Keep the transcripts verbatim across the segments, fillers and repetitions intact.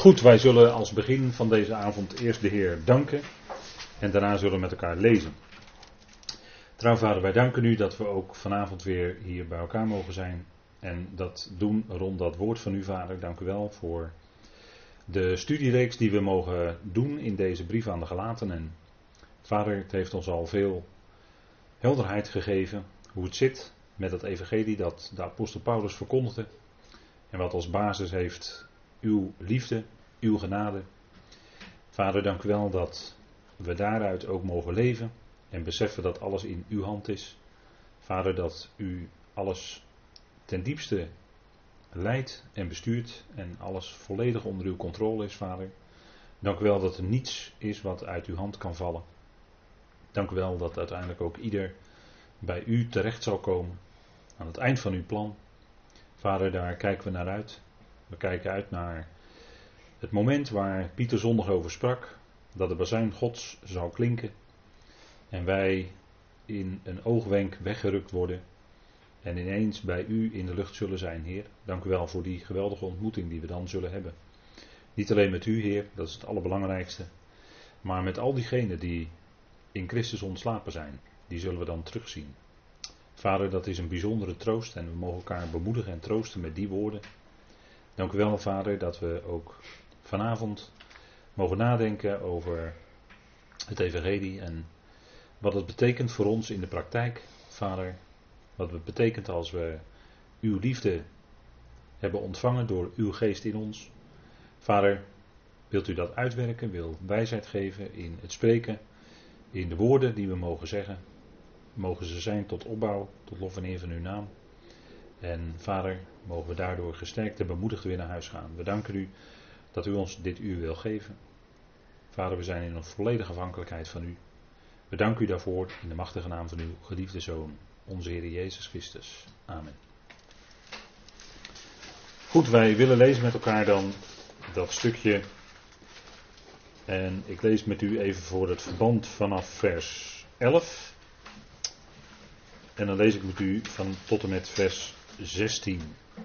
Goed, wij zullen als begin van deze avond eerst de Heer danken en daarna zullen we met elkaar lezen. Trouw Vader, wij danken u dat we ook vanavond weer hier bij elkaar mogen zijn en dat doen rond dat woord van u, Vader. Dank u wel voor de studiereeks die we mogen doen in deze brief aan de Galaten. En Vader, het heeft ons al veel helderheid gegeven hoe het zit met het evangelie dat de apostel Paulus verkondigde en wat als basis heeft uw liefde, uw genade. Vader, dank u wel dat we daaruit ook mogen leven en beseffen dat alles in uw hand is. Vader, dat u alles ten diepste leidt en bestuurt en alles volledig onder uw controle is, Vader. Dank u wel dat er niets is wat uit uw hand kan vallen. Dank u wel dat uiteindelijk ook ieder bij u terecht zal komen aan het eind van uw plan. Vader, daar kijken we naar uit. We kijken uit naar het moment waar Pieter zondag over sprak, dat de bazuin Gods zou klinken en wij in een oogwenk weggerukt worden en ineens bij u in de lucht zullen zijn, Heer. Dank u wel voor die geweldige ontmoeting die we dan zullen hebben. Niet alleen met u, Heer, dat is het allerbelangrijkste, maar met al diegenen die in Christus ontslapen zijn. Die zullen we dan terugzien. Vader, dat is een bijzondere troost en we mogen elkaar bemoedigen en troosten met die woorden. Dank u wel, Vader, dat we ook vanavond mogen nadenken over het evangelie en wat het betekent voor ons in de praktijk, Vader. Wat het betekent als we uw liefde hebben ontvangen door uw geest in ons. Vader, wilt u dat uitwerken, wil wijsheid geven in het spreken, in de woorden die we mogen zeggen. Mogen ze zijn tot opbouw, tot lof en eer van uw naam. En Vader, mogen we daardoor gesterkt en bemoedigd weer naar huis gaan. We danken u dat u ons dit uur wil geven. Vader, we zijn in een volledige afhankelijkheid van u. We danken u daarvoor in de machtige naam van uw geliefde Zoon, onze Heer Jezus Christus. Amen. Goed, wij willen lezen met elkaar dan dat stukje. En ik lees met u even voor het verband vanaf vers elf. En dan lees ik met u van tot en met vers zestien.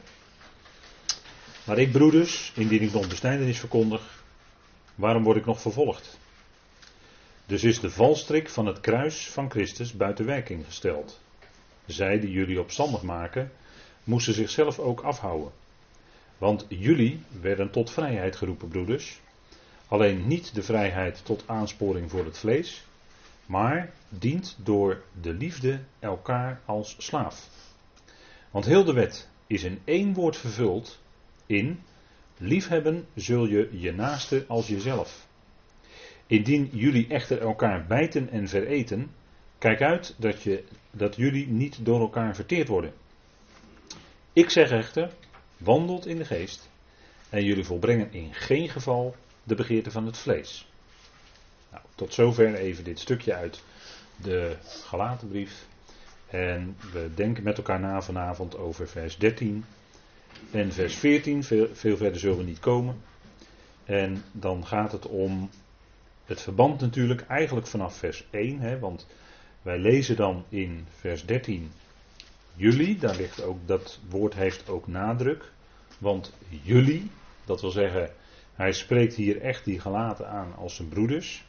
Maar ik, broeders, indien ik nog besnijdenis verkondig, waarom word ik nog vervolgd? Dus is de valstrik van het kruis van Christus buiten werking gesteld. Zij die jullie opstandig maken, moesten zichzelf ook afhouden. Want jullie werden tot vrijheid geroepen, broeders. Alleen niet de vrijheid tot aansporing voor het vlees, maar dient door de liefde elkaar als slaaf. Want heel de wet is in één woord vervuld in: liefhebben zul je je naaste als jezelf. Indien jullie echter elkaar bijten en vereten, kijk uit dat, je, dat jullie niet door elkaar verteerd worden. Ik zeg echter, wandelt in de geest en jullie volbrengen in geen geval de begeerte van het vlees. Nou, tot zover even dit stukje uit de Galatenbrief. En we denken met elkaar na vanavond over vers dertien en vers veertien. Veel, veel verder zullen we niet komen. En dan gaat het om het verband natuurlijk eigenlijk vanaf vers één. Hè, want wij lezen dan in vers dertien jullie. Daar ligt ook, dat woord heeft ook nadruk. Want jullie, dat wil zeggen, hij spreekt hier echt die Galaten aan als zijn broeders.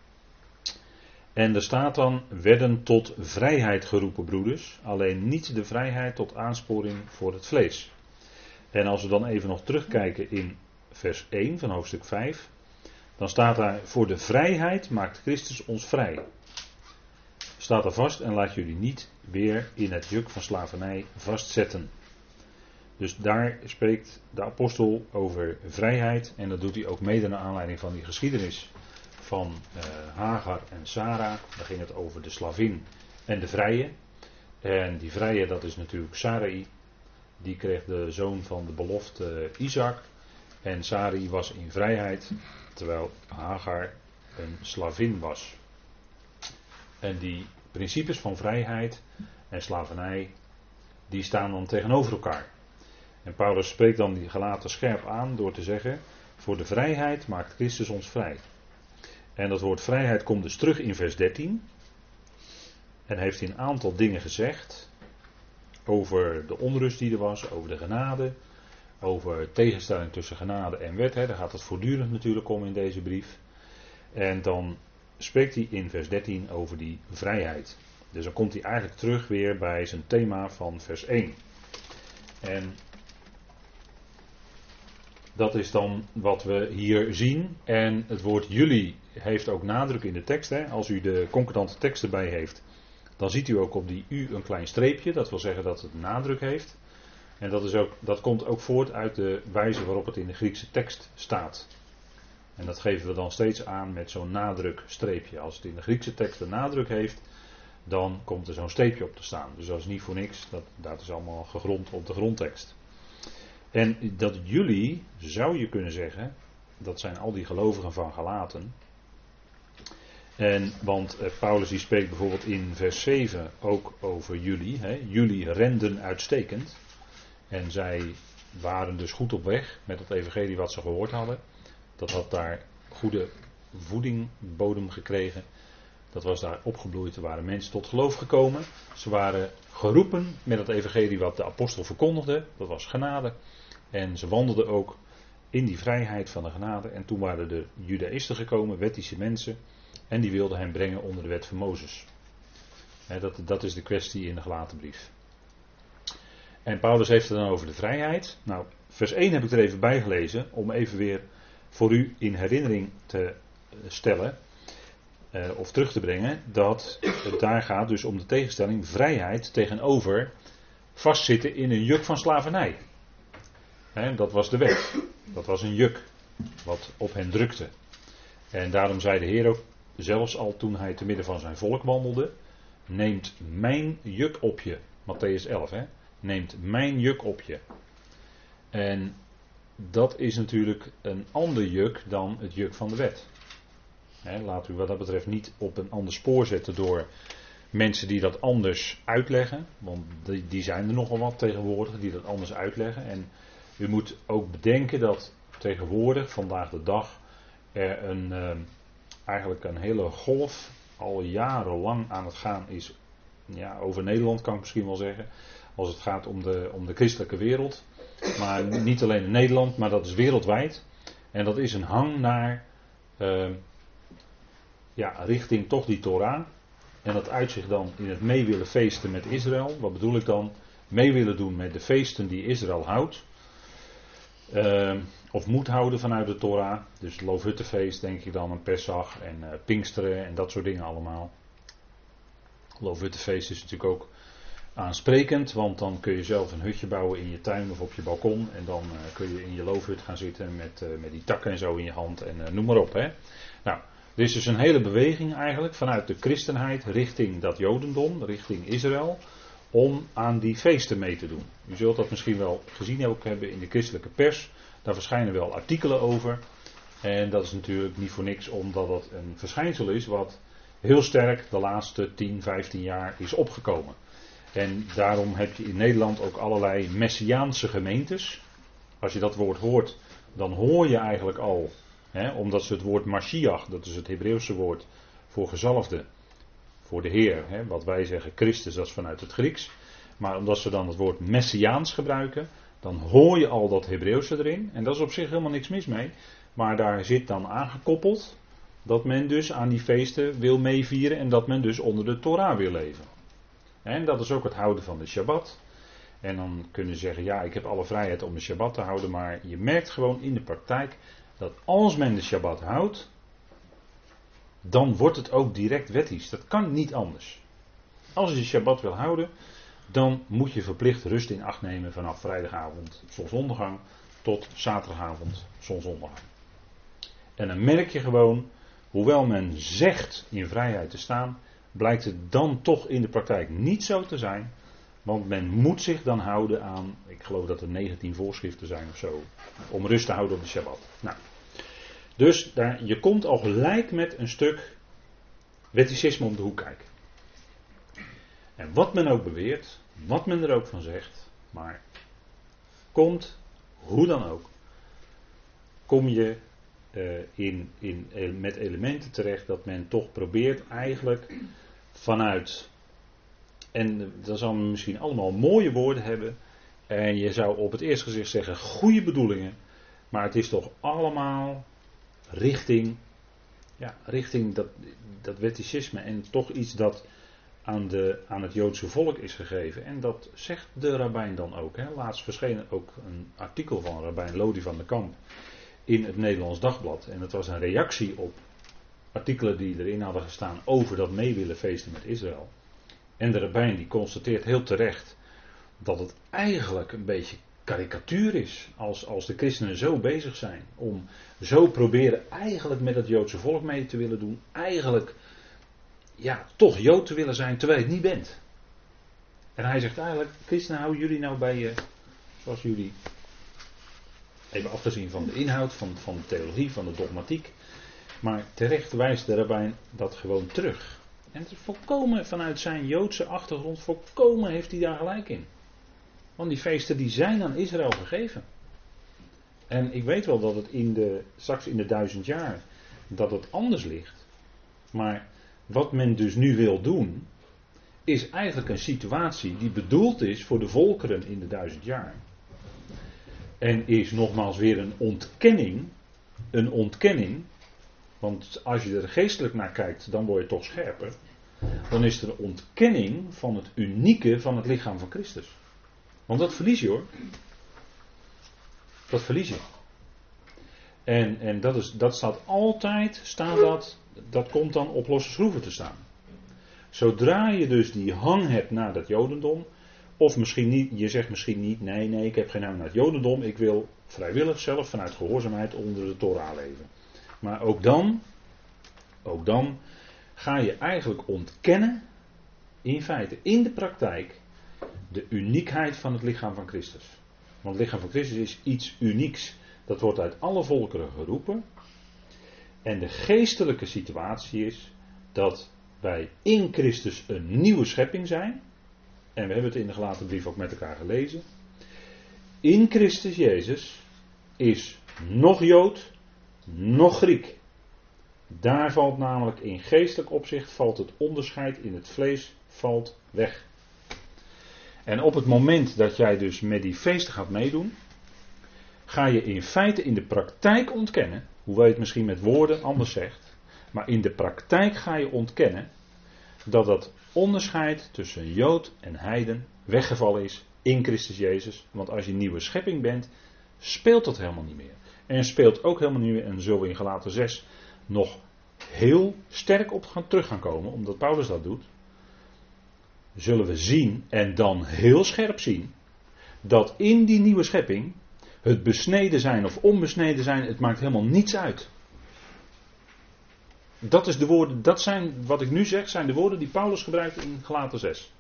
En er staat dan, werden tot vrijheid geroepen, broeders. Alleen niet de vrijheid tot aansporing voor het vlees. En als we dan even nog terugkijken in vers één van hoofdstuk vijf. Dan staat daar, voor de vrijheid maakt Christus ons vrij. Staat er vast en laat jullie niet weer in het juk van slavernij vastzetten. Dus daar spreekt de apostel over vrijheid. En dat doet hij ook mede naar aanleiding van die geschiedenis van uh, Hagar en Sarah. Daar ging het over de slavin en de vrije. En die vrije, dat is natuurlijk Sarai. Die kreeg de zoon van de belofte uh, Isaac. En Sarai was in vrijheid, terwijl Hagar een slavin was. En die principes van vrijheid en slavernij, die staan dan tegenover elkaar. En Paulus spreekt dan die Galaten scherp aan door te zeggen, voor de vrijheid maakt Christus ons vrij. En dat woord vrijheid komt dus terug in vers dertien. En heeft hij een aantal dingen gezegd over de onrust die er was, over de genade, over tegenstelling tussen genade en wet. Hè. Daar gaat het voortdurend natuurlijk om in deze brief. En dan spreekt hij in vers dertien over die vrijheid. Dus dan komt hij eigenlijk terug weer bij zijn thema van vers één. En dat is dan wat we hier zien. En het woord jullie heeft ook nadruk in de tekst. Hè. Als u de concordante tekst erbij heeft, dan ziet u ook op die u een klein streepje. Dat wil zeggen dat het nadruk heeft. En dat, is ook, dat komt ook voort uit de wijze waarop het in de Griekse tekst staat. En dat geven we dan steeds aan met zo'n nadrukstreepje. Als het in de Griekse tekst een nadruk heeft, dan komt er zo'n streepje op te staan. Dus dat is niet voor niks. Dat, dat is allemaal gegrond op de grondtekst. En dat jullie, zou je kunnen zeggen, dat zijn al die gelovigen van Galaten. En, want eh, Paulus die spreekt bijvoorbeeld in vers zeven ook over jullie. Hè. Jullie renden uitstekend. En zij waren dus goed op weg met het evangelie wat ze gehoord hadden. Dat had daar goede voeding, bodem gekregen. Dat was daar opgebloeid. Er waren mensen tot geloof gekomen. Ze waren geroepen met het evangelie wat de apostel verkondigde. Dat was genade. En ze wandelden ook in die vrijheid van de genade. En toen waren de Judaïsten gekomen, wettische mensen. En die wilden hen brengen onder de wet van Mozes. He, dat, dat is de kwestie in de Galatenbrief. En Paulus heeft het dan over de vrijheid. Nou, vers één heb ik er even bij gelezen. Om even weer voor u in herinnering te stellen. Uh, of terug te brengen. Dat het daar gaat dus om de tegenstelling vrijheid tegenover vastzitten in een juk van slavernij. He, dat was de wet. Dat was een juk. Wat op hen drukte. En daarom zei de Heer ook zelfs al toen hij te midden van zijn volk wandelde. Neemt mijn juk op je. Mattheüs elf. Hè? Neemt mijn juk op je. En dat is natuurlijk een ander juk dan het juk van de wet. He, laat u wat dat betreft niet op een ander spoor zetten door mensen die dat anders uitleggen. Want die, die zijn er nogal wat tegenwoordig die dat anders uitleggen. En u moet ook bedenken dat tegenwoordig, vandaag de dag, er een, uh, eigenlijk een hele golf al jarenlang aan het gaan is. Ja, over Nederland kan ik misschien wel zeggen. Als het gaat om de, om de christelijke wereld. Maar niet alleen in Nederland, maar dat is wereldwijd. En dat is een hang naar, uh, ja, richting toch die Torah. En dat uit zich dan in het mee willen feesten met Israël. Wat bedoel ik dan? Mee willen doen met de feesten die Israël houdt. Uh, of moet houden vanuit de Torah. Dus het Loofhuttenfeest denk ik dan, en Pesach en uh, Pinksteren en dat soort dingen allemaal. Loofhuttenfeest is natuurlijk ook aansprekend, want dan kun je zelf een hutje bouwen in je tuin of op je balkon. En dan uh, kun je in je loofhut gaan zitten met, uh, met die takken en zo in je hand en uh, noem maar op. Hè. Nou, er is dus een hele beweging eigenlijk vanuit de christenheid richting dat Jodendom, richting Israël. Om aan die feesten mee te doen. U zult dat misschien wel gezien ook hebben in de christelijke pers. Daar verschijnen wel artikelen over. En dat is natuurlijk niet voor niks, omdat dat een verschijnsel is wat heel sterk de laatste tien, vijftien jaar is opgekomen. En daarom heb je in Nederland ook allerlei messiaanse gemeentes. Als je dat woord hoort, dan hoor je eigenlijk al, hè, omdat ze het woord Mashiach, dat is het Hebreeuwse woord voor gezalfde, voor de Heer, hè, wat wij zeggen Christus, dat is vanuit het Grieks. Maar omdat ze dan het woord messiaans gebruiken, dan hoor je al dat Hebreeuwse erin. En dat is op zich helemaal niks mis mee. Maar daar zit dan aangekoppeld dat men dus aan die feesten wil meevieren en dat men dus onder de Torah wil leven. En dat is ook het houden van de Shabbat. En dan kunnen ze zeggen, ja, ik heb alle vrijheid om de Shabbat te houden, maar je merkt gewoon in de praktijk dat als men de Shabbat houdt, dan wordt het ook direct wettisch. Dat kan niet anders. Als je de Shabbat wil houden, dan moet je verplicht rust in acht nemen vanaf vrijdagavond zonsondergang tot zaterdagavond zonsondergang. En dan merk je gewoon, hoewel men zegt in vrijheid te staan, blijkt het dan toch in de praktijk niet zo te zijn. Want men moet zich dan houden aan, ik geloof dat er negentien voorschriften zijn of zo, om rust te houden op de Shabbat. Nou, dus daar, je komt al gelijk met een stuk wetticisme om de hoek kijken. En wat men ook beweert, wat men er ook van zegt, maar komt, hoe dan ook, kom je uh, in, in, met elementen terecht dat men toch probeert eigenlijk vanuit, en dat zal misschien allemaal mooie woorden hebben, En je zou op het eerste gezicht zeggen goede bedoelingen. Maar het is toch allemaal richting, ja, richting dat, dat wetticisme. En toch iets dat aan, de, aan het Joodse volk is gegeven. En dat zegt de rabbijn dan ook. Hè. Laatst verscheen ook een artikel van rabbijn Lodi van der Kamp in het Nederlands Dagblad. En dat was een reactie op artikelen die erin hadden gestaan over dat mee willen feesten met Israël. En de rabbijn die constateert heel terecht dat het eigenlijk een beetje karikatuur is. Als, als de christenen zo bezig zijn om zo proberen eigenlijk met het Joodse volk mee te willen doen. Eigenlijk ja, toch Jood te willen zijn terwijl je het niet bent. En hij zegt eigenlijk, christenen, houden jullie nou bij je, zoals jullie, even afgezien van de inhoud, van, van de theologie, van de dogmatiek. Maar terecht wijst de rabbijn dat gewoon terug. En het is volkomen vanuit zijn Joodse achtergrond, volkomen heeft hij daar gelijk in. Want die feesten die zijn aan Israël gegeven. En ik weet wel dat het in de, straks in de duizend jaar, dat het anders ligt. Maar wat men dus nu wil doen, is eigenlijk een situatie die bedoeld is voor de volkeren in de duizend jaar. En is nogmaals weer een ontkenning, een ontkenning, want als je er geestelijk naar kijkt, dan word je toch scherper. Dan is er een ontkenning van het unieke van het lichaam van Christus. Want dat verlies je hoor. Dat verlies je. En, en dat, is, dat staat altijd, staat dat, dat komt dan op losse schroeven te staan. Zodra je dus die hang hebt naar dat Jodendom, of misschien niet, je zegt misschien niet, nee, nee, ik heb geen hang naar het Jodendom, ik wil vrijwillig zelf vanuit gehoorzaamheid onder de Torah leven. Maar ook dan, ook dan ga je eigenlijk ontkennen, in feite, in de praktijk, de uniekheid van het lichaam van Christus. Want het lichaam van Christus is iets unieks. Dat wordt uit alle volkeren geroepen. En de geestelijke situatie is dat wij in Christus een nieuwe schepping zijn. En we hebben het in de gelaten brief ook met elkaar gelezen. In Christus Jezus is nog Jood, nog Griek. Daar valt namelijk in geestelijk opzicht valt het onderscheid in het vlees valt weg. En op het moment dat jij dus met die feesten gaat meedoen, ga je in feite in de praktijk ontkennen, hoewel je het misschien met woorden anders zegt, maar in de praktijk ga je ontkennen dat dat onderscheid tussen Jood en heiden weggevallen is in Christus Jezus. Want als je een nieuwe schepping bent, speelt dat helemaal niet meer. En speelt ook helemaal niet meer, en zullen we in Galaten zes nog heel sterk op gaan terug gaan komen, omdat Paulus dat doet. Zullen we zien en dan heel scherp zien dat in die nieuwe schepping het besneden zijn of onbesneden zijn, het maakt helemaal niets uit. Dat is de woorden, dat zijn, wat ik nu zeg, zijn de woorden die Paulus gebruikt in Galaten zes.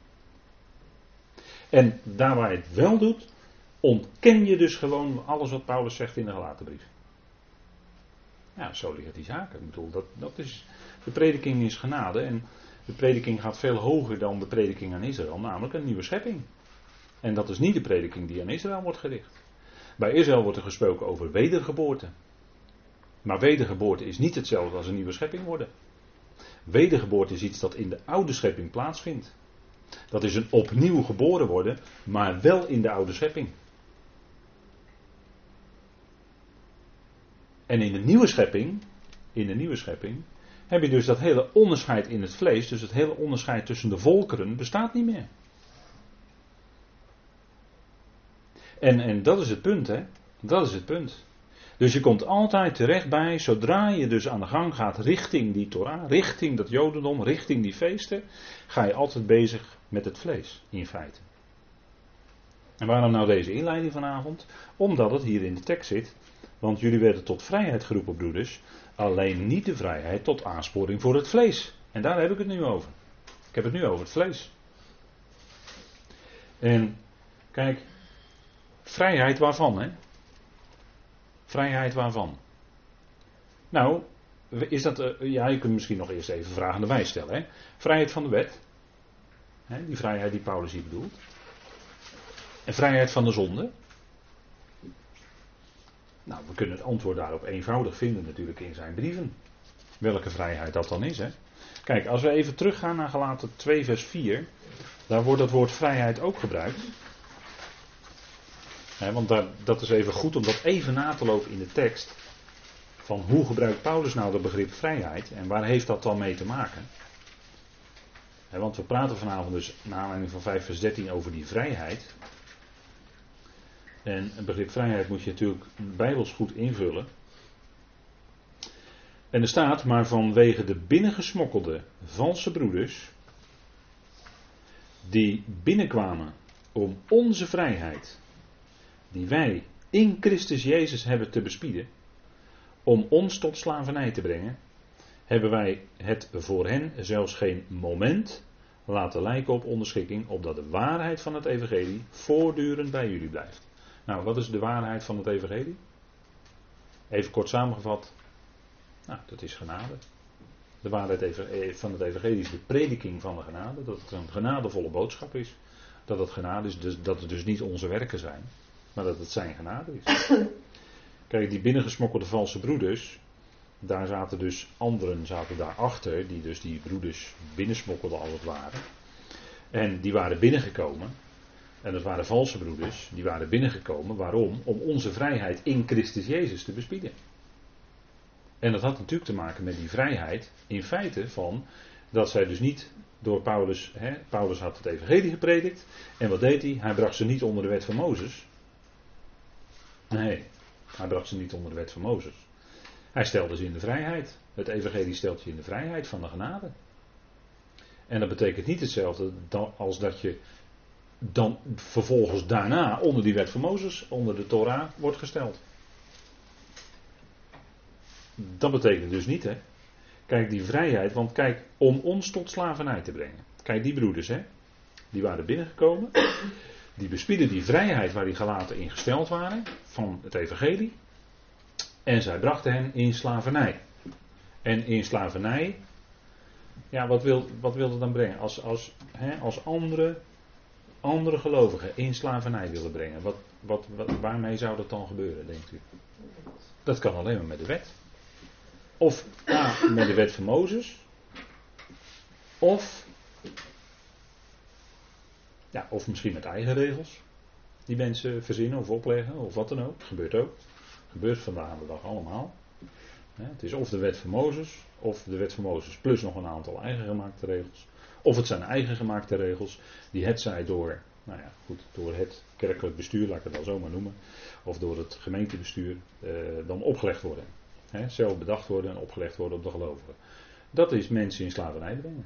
En daar waar hij het wel doet, ontken je dus gewoon alles wat Paulus zegt in de Galatenbrief. Ja, zo ligt die zaak. Ik bedoel, dat, dat is, de prediking is genade en de prediking gaat veel hoger dan de prediking aan Israël, namelijk een nieuwe schepping. En dat is niet de prediking die aan Israël wordt gericht. Bij Israël wordt er gesproken over wedergeboorte. Maar wedergeboorte is niet hetzelfde als een nieuwe schepping worden. Wedergeboorte is iets dat in de oude schepping plaatsvindt. Dat is een opnieuw geboren worden, maar wel in de oude schepping. En in de nieuwe schepping, in de nieuwe schepping, heb je dus dat hele onderscheid in het vlees, dus het hele onderscheid tussen de volkeren, bestaat niet meer. En, en dat is het punt, hè. Dat is het punt. Dus je komt altijd terecht bij, zodra je dus aan de gang gaat richting die Torah, richting dat Jodendom, richting die feesten, ga je altijd bezig met het vlees, in feite. En waarom nou deze inleiding vanavond? Omdat het hier in de tekst zit. Want jullie werden tot vrijheid geroepen, broeders. Alleen niet de vrijheid tot aansporing voor het vlees. En daar heb ik het nu over. Ik heb het nu over het vlees. En kijk, vrijheid waarvan, hè? Vrijheid waarvan? Nou, is dat, uh, ja, je kunt misschien nog eerst even vragen aan de wijs stellen, hè? Vrijheid van de wet. Hè, die vrijheid die Paulus hier bedoelt. En vrijheid van de zonde. Nou, we kunnen het antwoord daarop eenvoudig vinden natuurlijk in zijn brieven. Welke vrijheid dat dan is, hè? Kijk, als we even teruggaan naar Galaten twee vers vier, daar wordt dat woord vrijheid ook gebruikt. He, want daar, dat is even goed om dat even na te lopen in de tekst. Van hoe gebruikt Paulus nou dat begrip vrijheid en waar heeft dat dan mee te maken? He, want we praten vanavond dus naar aanleiding van vijf vers dertien over die vrijheid. En het begrip vrijheid moet je natuurlijk bijbels goed invullen. En er staat, maar vanwege de binnengesmokkelde valse broeders, die binnenkwamen om onze vrijheid, die wij in Christus Jezus hebben te bespieden, om ons tot slavernij te brengen, hebben wij het voor hen zelfs geen moment laten lijken op onderschikking, opdat de waarheid van het evangelie voortdurend bij jullie blijft. Nou, wat is de waarheid van het evangelie? Even kort samengevat. Nou, dat is genade. De waarheid van het evangelie is de prediking van de genade. Dat het een genadevolle boodschap is. Dat het genade is, dus, dat het dus niet onze werken zijn. Maar dat het zijn genade is. Kijk, die binnengesmokkelde valse broeders. Daar zaten dus anderen zaten daarachter. Die dus die broeders binnensmokkelden als het ware. En die waren binnengekomen. En dat waren valse broeders. Die waren binnengekomen. Waarom? Om onze vrijheid in Christus Jezus te bespieden. En dat had natuurlijk te maken met die vrijheid, in feite van, dat zij dus niet door Paulus, hè, Paulus had het evangelie gepredikt, en wat deed hij? Hij bracht ze niet onder de wet van Mozes. Nee, hij bracht ze niet onder de wet van Mozes. Hij stelde ze in de vrijheid. Het evangelie stelt je in de vrijheid van de genade. En dat betekent niet hetzelfde als dat je dan vervolgens daarna onder die wet van Mozes, onder de Torah, wordt gesteld. Dat betekent dus niet, hè. Kijk, die vrijheid, want kijk, om ons tot slavernij te brengen. Kijk, die broeders, hè. Die waren binnengekomen. Die bespieden die vrijheid waar die Galaten in gesteld waren. Van het evangelie. En zij brachten hen in slavernij. En in slavernij. Ja, wat wil, wat wil het dan brengen? Als, als, hè, als andere, andere gelovigen in slavernij willen brengen. Wat, wat, wat, waarmee zou dat dan gebeuren, denkt u? Dat kan alleen maar met de wet. Of A, met de wet van Mozes. Of, ja, of misschien met eigen regels. Die mensen verzinnen of opleggen of wat dan ook. Gebeurt ook. Gebeurt vandaag de dag allemaal. Het is of de wet van Mozes. Of de wet van Mozes plus nog een aantal eigen gemaakte regels. Of het zijn eigen gemaakte regels. Die hetzij door, nou ja, goed, door het kerkelijk bestuur, laat ik het wel zo maar noemen. Of door het gemeentebestuur eh, dan opgelegd worden. He, zelf bedacht worden en opgelegd worden op de gelovigen. Dat is mensen in slavernij brengen.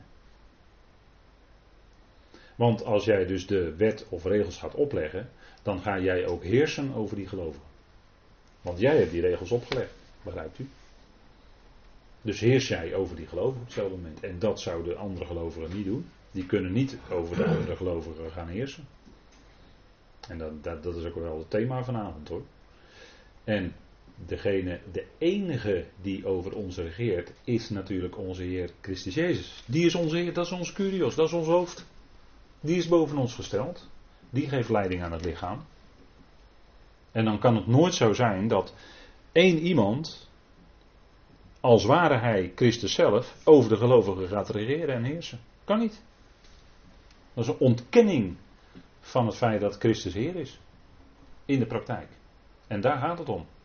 Want als jij dus de wet of regels gaat opleggen, dan ga jij ook heersen over die gelovigen. Want jij hebt die regels opgelegd, begrijpt u? Dus heers jij over die gelovigen op hetzelfde moment. En dat zouden de andere gelovigen niet doen. Die kunnen niet over de andere gelovigen gaan heersen. En dat, dat, dat is ook wel het thema vanavond, hoor. En degene, de enige die over ons regeert, is natuurlijk onze Heer Christus Jezus. Die is onze Heer, dat is ons Kyrios, dat is ons hoofd. Die is boven ons gesteld. Die geeft leiding aan het lichaam. En dan kan het nooit zo zijn dat één iemand, als ware hij Christus zelf, over de gelovigen gaat regeren en heersen. Kan niet. Dat is een ontkenning van het feit dat Christus Heer is. In de praktijk. En daar gaat het om.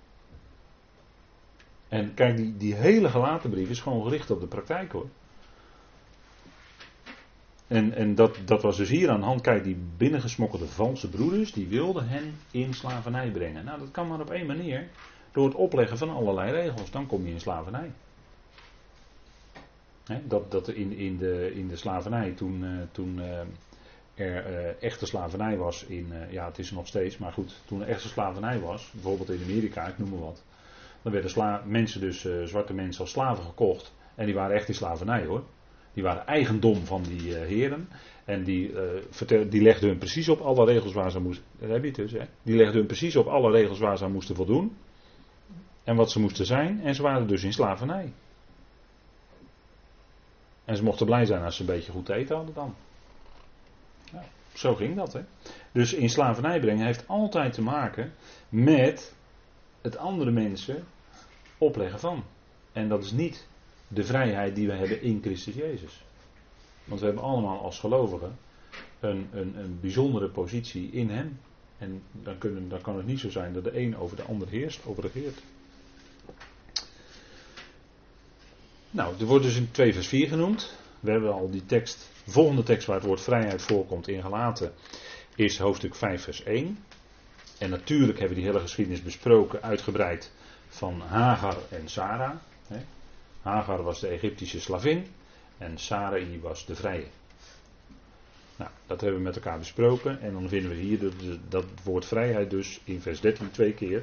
En kijk, die, die hele Galatenbrief is gewoon gericht op de praktijk, hoor. En, en dat, dat was dus hier aan de hand. Kijk, die binnengesmokkelde valse broeders, die wilden hen in slavernij brengen. Nou, dat kan maar op één manier. Door het opleggen van allerlei regels. Dan kom je in slavernij. He, dat dat in, in, de, in de slavernij, toen, uh, toen uh, er uh, echte slavernij was in, uh, ja, het is er nog steeds, maar goed, toen er echte slavernij was, bijvoorbeeld in Amerika, ik noem maar wat, dan werden sla- mensen dus, uh, zwarte mensen als slaven gekocht, en die waren echt in slavernij, hoor. Die waren eigendom van die uh, heren, en die, uh, vertel, die legden hun precies op alle regels waar ze moesten, daar heb je het dus, hè, die legden hun precies op alle regels waar ze aan moesten voldoen, en wat ze moesten zijn, en ze waren dus in slavernij. En ze mochten blij zijn als ze een beetje goed te eten hadden dan. Ja, zo ging dat, hè. Dus in slavernij brengen heeft altijd te maken met het andere mensen opleggen van. En dat is niet de vrijheid die we hebben in Christus Jezus. Want we hebben allemaal als gelovigen een, een, een bijzondere positie in Hem. En dan, kunnen, dan kan het niet zo zijn dat de een over de ander heerst of regeert. Nou, er wordt dus in twee vers vier genoemd. We hebben al die tekst, de volgende tekst waar het woord vrijheid voorkomt in Galaten, is hoofdstuk vijf vers één. En natuurlijk hebben we die hele geschiedenis besproken, uitgebreid, van Hagar en Sara. Hagar was de Egyptische slavin en Sarai was de vrije. Nou, dat hebben we met elkaar besproken en dan vinden we hier de, de, dat woord vrijheid dus in vers dertien twee keer.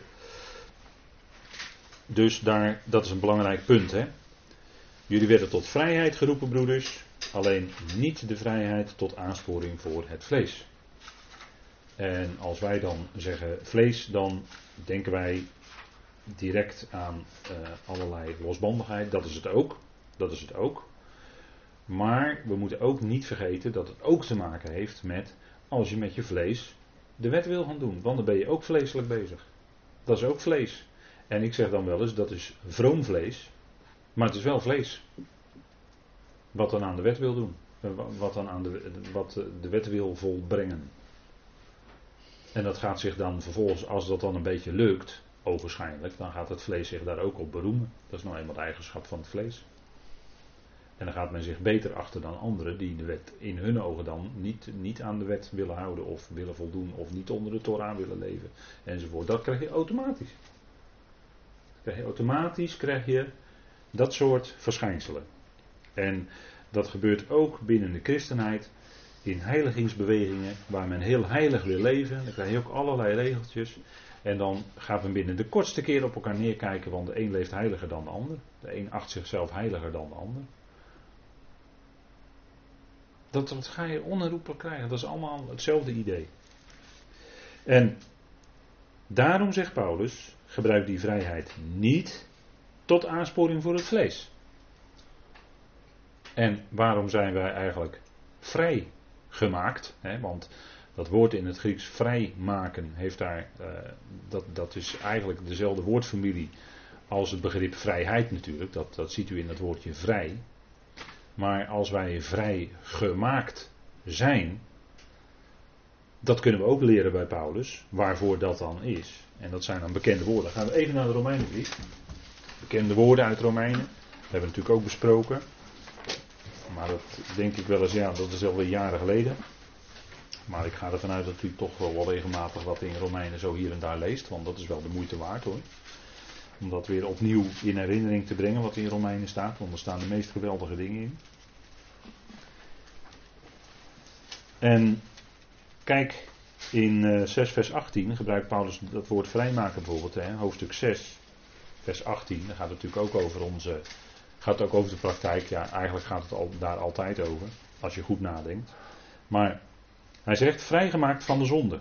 Dus daar, dat is een belangrijk punt. Hè? Jullie werden tot vrijheid geroepen, broeders, alleen niet de vrijheid tot aansporing voor het vlees. En als wij dan zeggen vlees, dan denken wij direct aan uh, allerlei losbandigheid. Dat is het ook. Dat is het ook. Maar we moeten ook niet vergeten dat het ook te maken heeft met als je met je vlees de wet wil gaan doen. Want dan ben je ook vleeselijk bezig. Dat is ook vlees. En ik zeg dan wel eens dat is vroom vlees. Maar het is wel vlees. Wat dan aan de wet wil doen. Wat dan aan de, wat de wet wil volbrengen. En dat gaat zich dan vervolgens, als dat dan een beetje lukt, ogenschijnlijk, dan gaat het vlees zich daar ook op beroemen. Dat is nou eenmaal de eigenschap van het vlees. En dan gaat men zich beter achter dan anderen die de wet in hun ogen dan niet, niet aan de wet willen houden of willen voldoen of niet onder de Torah willen leven enzovoort. Dat krijg je automatisch. Krijg je automatisch krijg je dat soort verschijnselen. En dat gebeurt ook binnen de christenheid. In heiligingsbewegingen waar men heel heilig wil leven. Dan krijg je ook allerlei regeltjes. En dan gaat men binnen de kortste keer op elkaar neerkijken. Want de een leeft heiliger dan de ander. De een acht zichzelf heiliger dan de ander. Dat, dat ga je onherroepelijk krijgen. Dat is allemaal hetzelfde idee. En daarom zegt Paulus. Gebruik die vrijheid niet tot aansporing voor het vlees. En waarom zijn wij eigenlijk vrij gemaakt? Hè? Want dat woord in het Grieks vrijmaken heeft daar, uh, dat, dat is eigenlijk dezelfde woordfamilie als het begrip vrijheid natuurlijk. Dat, dat ziet u in het woordje vrij. Maar als wij vrij gemaakt zijn, dat kunnen we ook leren bij Paulus, waarvoor dat dan is. En dat zijn dan bekende woorden. Gaan we even naar de Romeinenbrief. Bekende woorden uit Romeinen. Dat hebben we natuurlijk ook besproken. Maar dat denk ik wel eens, ja, dat is alweer jaren geleden. Maar ik ga ervan uit dat u toch wel, wel regelmatig wat in Romeinen zo hier en daar leest. Want dat is wel de moeite waard hoor. Om dat weer opnieuw in herinnering te brengen wat in Romeinen staat. Want er staan de meest geweldige dingen in. En kijk, in uh, zes vers achttien gebruikt Paulus dat woord vrijmaken bijvoorbeeld. Hè, hoofdstuk zes vers achttien. Daar gaat het natuurlijk ook over onze... Gaat het ook over de praktijk. Ja, eigenlijk gaat het al, daar altijd over. Als je goed nadenkt. Maar hij zegt vrijgemaakt van de zonde.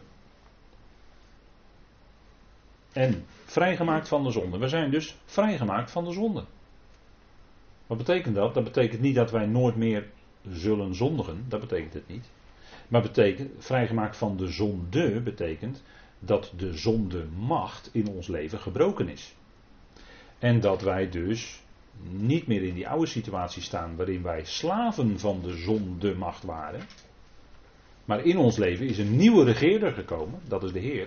En vrijgemaakt van de zonde. We zijn dus vrijgemaakt van de zonde. Wat betekent dat? Dat betekent niet dat wij nooit meer zullen zondigen. Dat betekent het niet. Maar betekent, vrijgemaakt van de zonde betekent dat de zondemacht in ons leven gebroken is. En dat wij dus niet meer in die oude situatie staan waarin wij slaven van de zondemacht waren. Maar in ons leven is een nieuwe regeerder gekomen, dat is de Heer.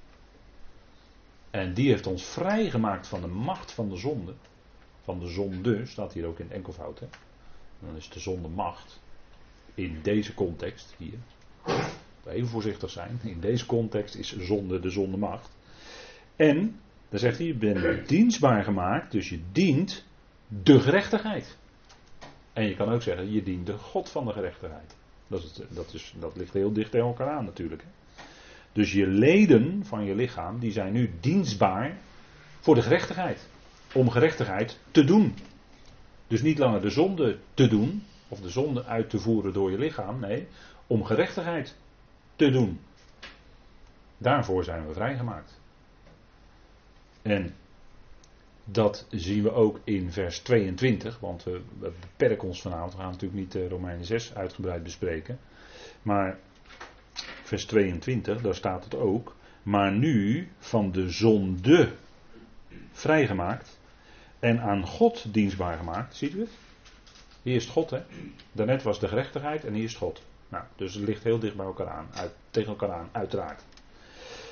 En die heeft ons vrijgemaakt van de macht van de zonde. Van de zonde, staat hier ook in het enkelvoud. Hè? Dan is de zonde macht. In deze context hier. Even voorzichtig zijn. In deze context is zonde de zondemacht. En, dan zegt hij, je bent dienstbaar gemaakt. Dus je dient de gerechtigheid. En je kan ook zeggen, je dient de God van de gerechtigheid. Dat, is, dat, is, dat ligt heel dicht tegen elkaar aan natuurlijk. Hè? Dus je leden van je lichaam, die zijn nu dienstbaar voor de gerechtigheid. Om gerechtigheid te doen. Dus niet langer de zonde te doen, of de zonde uit te voeren door je lichaam. Nee, om gerechtigheid te doen. Daarvoor zijn we vrijgemaakt. En dat zien we ook in vers tweeëntwintig, want we, we beperken ons vanavond. We gaan natuurlijk niet uh, Romeinen zes uitgebreid bespreken. Maar vers tweeëntwintig, daar staat het ook. Maar nu van de zonde vrijgemaakt en aan God dienstbaar gemaakt. Ziet u het? Hier is het God, hè. Daarnet was de gerechtigheid en hier is het God. Nou, dus het ligt heel dicht bij elkaar aan. Uit, tegen elkaar aan, uiteraard.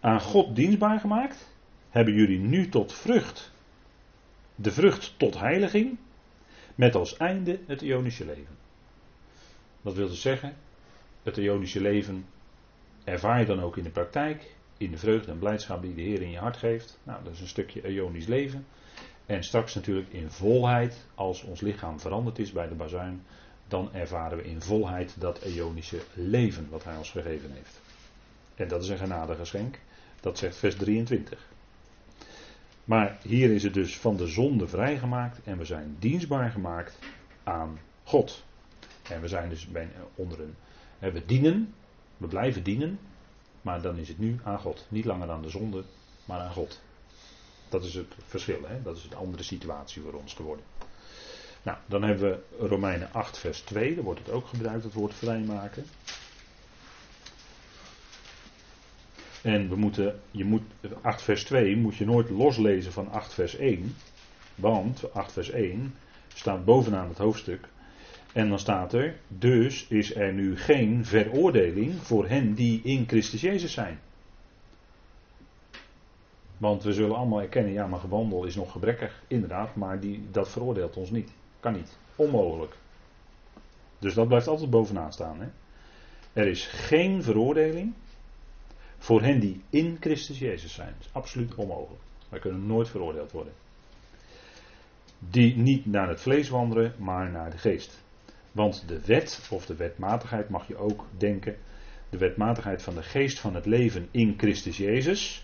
aan God dienstbaar gemaakt, hebben jullie nu tot vrucht, de vrucht tot heiliging, met als einde het eonische leven. Dat wil dus zeggen, het eonische leven ervaar je dan ook in de praktijk, in de vreugde en blijdschap die de Heer in je hart geeft. Nou, dat is een stukje eonisch leven. En straks natuurlijk in volheid, als ons lichaam veranderd is bij de bazuin, dan ervaren we in volheid dat eonische leven wat hij ons gegeven heeft. En dat is een genadegeschenk, dat zegt vers drieëntwintig. Maar hier is het dus van de zonde vrijgemaakt en we zijn dienstbaar gemaakt aan God. En we zijn dus bij, onder een, we dienen, we blijven dienen, maar dan is het nu aan God. Niet langer aan de zonde, maar aan God. Dat is het verschil, hè? Dat is een andere situatie voor ons geworden. Nou, dan hebben we Romeinen acht vers twee, daar wordt het ook gebruikt, het woord vrijmaken. En we moeten, je moet, acht vers twee moet je nooit loslezen van acht vers één. Want acht vers één staat bovenaan het hoofdstuk. En dan staat er, dus is er nu geen veroordeling voor hen die in Christus Jezus zijn. Want we zullen allemaal erkennen, ja, mijn gewandel is nog gebrekkig, inderdaad, maar die, dat veroordeelt ons niet. Kan niet. Onmogelijk. Dus dat blijft altijd bovenaan staan. Hè? Er is geen veroordeling voor hen die in Christus Jezus zijn. Dat is absoluut onmogelijk. Wij kunnen nooit veroordeeld worden. Die niet naar het vlees wandelen, maar naar de geest. Want de wet, of de wetmatigheid mag je ook denken, de wetmatigheid van de geest van het leven in Christus Jezus,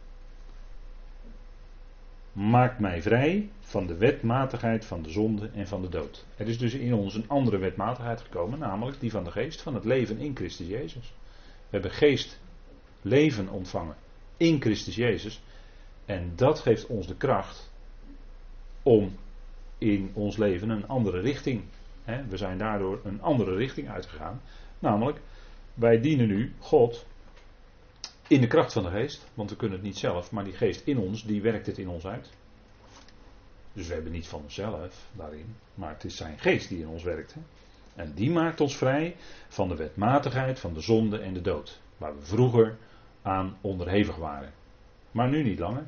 maakt mij vrij van de wetmatigheid van de zonde en van de dood. Er is dus in ons een andere wetmatigheid gekomen, namelijk die van de geest van het leven in Christus Jezus. We hebben geest leven ontvangen in Christus Jezus. En dat geeft ons de kracht om in ons leven een andere richting. Hè, we zijn daardoor een andere richting uitgegaan. Namelijk, wij dienen nu God in de kracht van de geest. Want we kunnen het niet zelf, maar die geest in ons, die werkt het in ons uit. Dus we hebben niet van onszelf daarin, maar het is zijn geest die in ons werkt. Hè. En die maakt ons vrij van de wetmatigheid, van de zonde en de dood. Waar we vroeger aan onderhevig waren. Maar nu niet langer.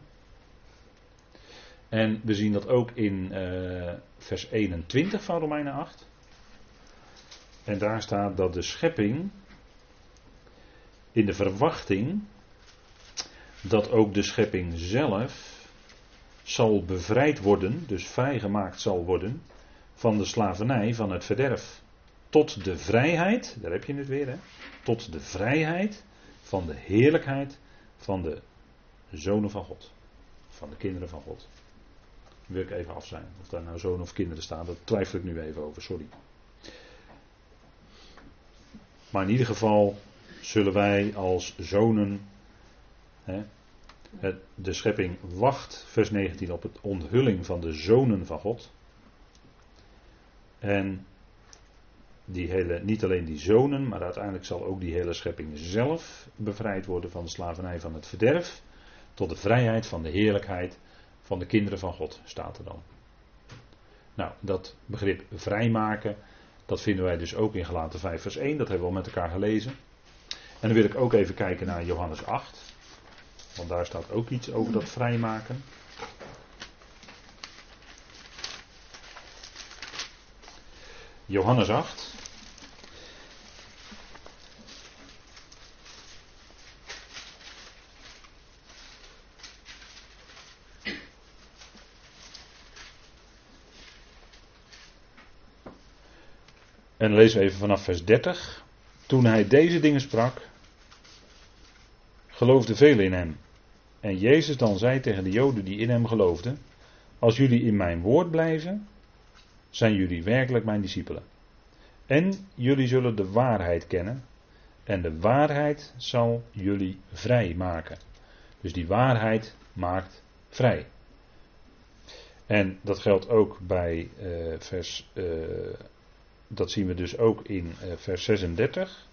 En we zien dat ook in uh, vers eenentwintig van Romeinen acht. En daar staat dat de schepping in de verwachting dat ook de schepping zelf zal bevrijd worden, dus vrijgemaakt zal worden van de slavernij van het verderf. Tot de vrijheid, daar heb je het weer, hè, tot de vrijheid van de heerlijkheid van de zonen van God. Van de kinderen van God. Wil ik even af zijn. Of daar nou zonen of kinderen staan, dat twijfel ik nu even over, sorry. Maar in ieder geval zullen wij als zonen, hè, het, de schepping wacht, vers negentien, op het onthulling van de zonen van God. En die hele, niet alleen die zonen, maar uiteindelijk zal ook die hele schepping zelf bevrijd worden van de slavernij van het verderf, tot de vrijheid van de heerlijkheid van de kinderen van God, staat er dan. Nou, dat begrip vrijmaken, dat vinden wij dus ook in Galaten vijf vers één, dat hebben we al met elkaar gelezen. En dan wil ik ook even kijken naar Johannes acht, want daar staat ook iets over dat vrijmaken. Johannes acht. En dan lezen we even vanaf vers dertig. Toen hij deze dingen sprak, geloofden velen in hem. En Jezus dan zei tegen de Joden die in hem geloofden: als jullie in mijn woord blijven, zijn jullie werkelijk mijn discipelen. En jullie zullen de waarheid kennen. En de waarheid zal jullie vrij maken. Dus die waarheid maakt vrij. En dat geldt ook bij uh, vers... Uh, dat zien we dus ook in uh, vers zesendertig.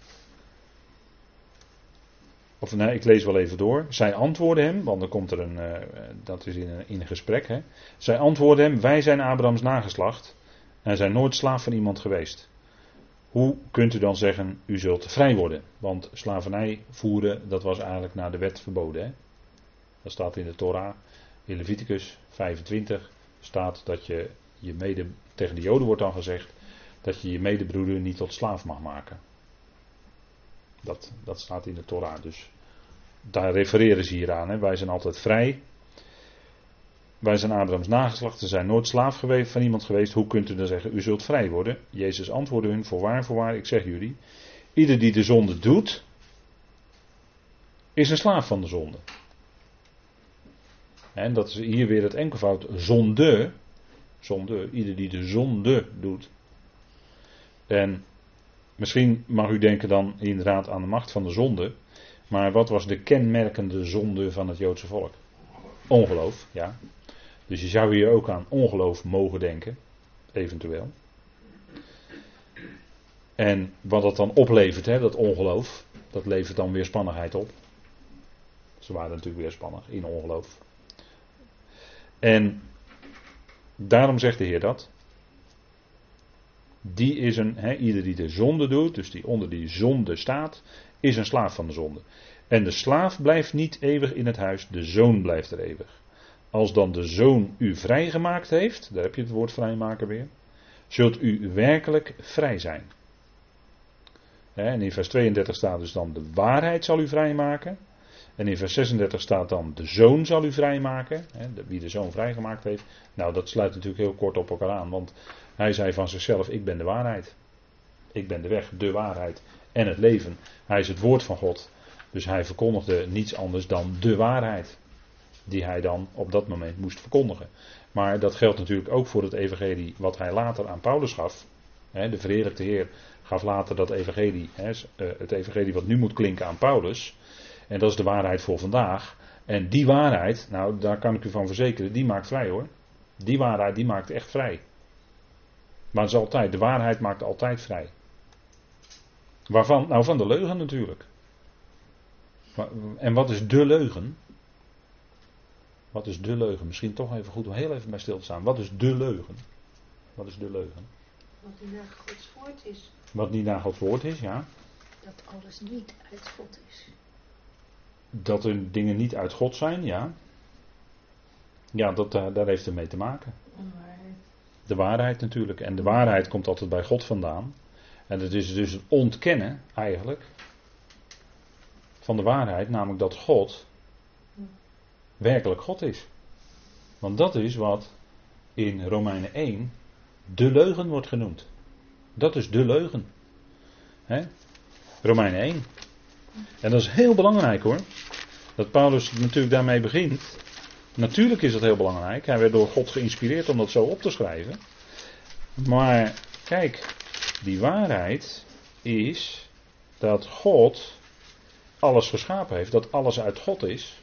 Of nee, ik lees wel even door. Zij antwoordden hem, want dan komt er een... Uh, dat is in een, in een gesprek. Hè. Zij antwoordden hem: wij zijn Abrahams nageslacht. En zijn nooit slaaf van iemand geweest. Hoe kunt u dan zeggen, u zult vrij worden? Want slavernij voeren, dat was eigenlijk naar de wet verboden. Hè? Dat staat in de Torah, in Leviticus vijfentwintig staat dat je je mede, tegen de Joden wordt dan gezegd, dat je je medebroeder niet tot slaaf mag maken. Dat, dat staat in de Torah, dus daar refereren ze hier aan. Hè? Wij zijn altijd vrij. Wij zijn Abrahams nageslacht, ze zijn nooit slaaf geweest, van iemand geweest. Hoe kunt u dan zeggen, u zult vrij worden? Jezus antwoordde hun, voorwaar, voorwaar, ik zeg jullie. Ieder die de zonde doet, is een slaaf van de zonde. En dat is hier weer het enkelvoud zonde. Zonde, ieder die de zonde doet. En misschien mag u denken dan inderdaad aan de macht van de zonde. Maar wat was de kenmerkende zonde van het Joodse volk? Ongeloof, ja. Dus je zou hier ook aan ongeloof mogen denken, eventueel. En wat dat dan oplevert, hè, dat ongeloof, dat levert dan weerspannigheid op. Ze waren natuurlijk weerspannig in ongeloof. En daarom zegt de Heer dat. Die is een, hè, ieder die de zonde doet, dus die onder die zonde staat, is een slaaf van de zonde. En de slaaf blijft niet eeuwig in het huis, de zoon blijft er eeuwig. Als dan de zoon u vrijgemaakt heeft, daar heb je het woord vrijmaken weer, zult u werkelijk vrij zijn. En in vers tweeëndertig staat dus dan de waarheid zal u vrijmaken. En in vers zesendertig staat dan de zoon zal u vrijmaken. Wie de zoon vrijgemaakt heeft. Nou, dat sluit natuurlijk heel kort op elkaar aan. Want hij zei van zichzelf, ik ben de waarheid. Ik ben de weg, de waarheid en het leven. Hij is het woord van God. Dus hij verkondigde niets anders dan de waarheid. Die hij dan op dat moment moest verkondigen. Maar dat geldt natuurlijk ook voor het evangelie wat hij later aan Paulus gaf. De verheerlijkte Heer gaf later dat evangelie, het evangelie wat nu moet klinken aan Paulus. En dat is de waarheid voor vandaag. En die waarheid, nou daar kan ik u van verzekeren, die maakt vrij hoor. Die waarheid die maakt echt vrij. Maar het is altijd, de waarheid maakt altijd vrij. Waarvan? Nou van de leugen natuurlijk. En wat is de leugen? Wat is de leugen? Misschien toch even goed om heel even bij stil te staan. Wat is de leugen? Wat is de leugen? Wat niet naar Gods woord is. Wat niet naar Gods woord is, ja. Dat alles niet uit God is. Dat er dingen niet uit God zijn, ja. Ja, dat, daar heeft het mee te maken. Onwaarheid. De waarheid natuurlijk. En de waarheid komt altijd bij God vandaan. En het is dus het ontkennen, eigenlijk, van de waarheid, namelijk dat God werkelijk God is. Want dat is wat in Romeinen één de leugen wordt genoemd. Dat is de leugen. He? Romeinen één. En dat is heel belangrijk hoor. Dat Paulus natuurlijk daarmee begint. Natuurlijk is dat heel belangrijk. Hij werd door God geïnspireerd om dat zo op te schrijven. Maar kijk, die waarheid is dat God alles geschapen heeft. Dat alles uit God is.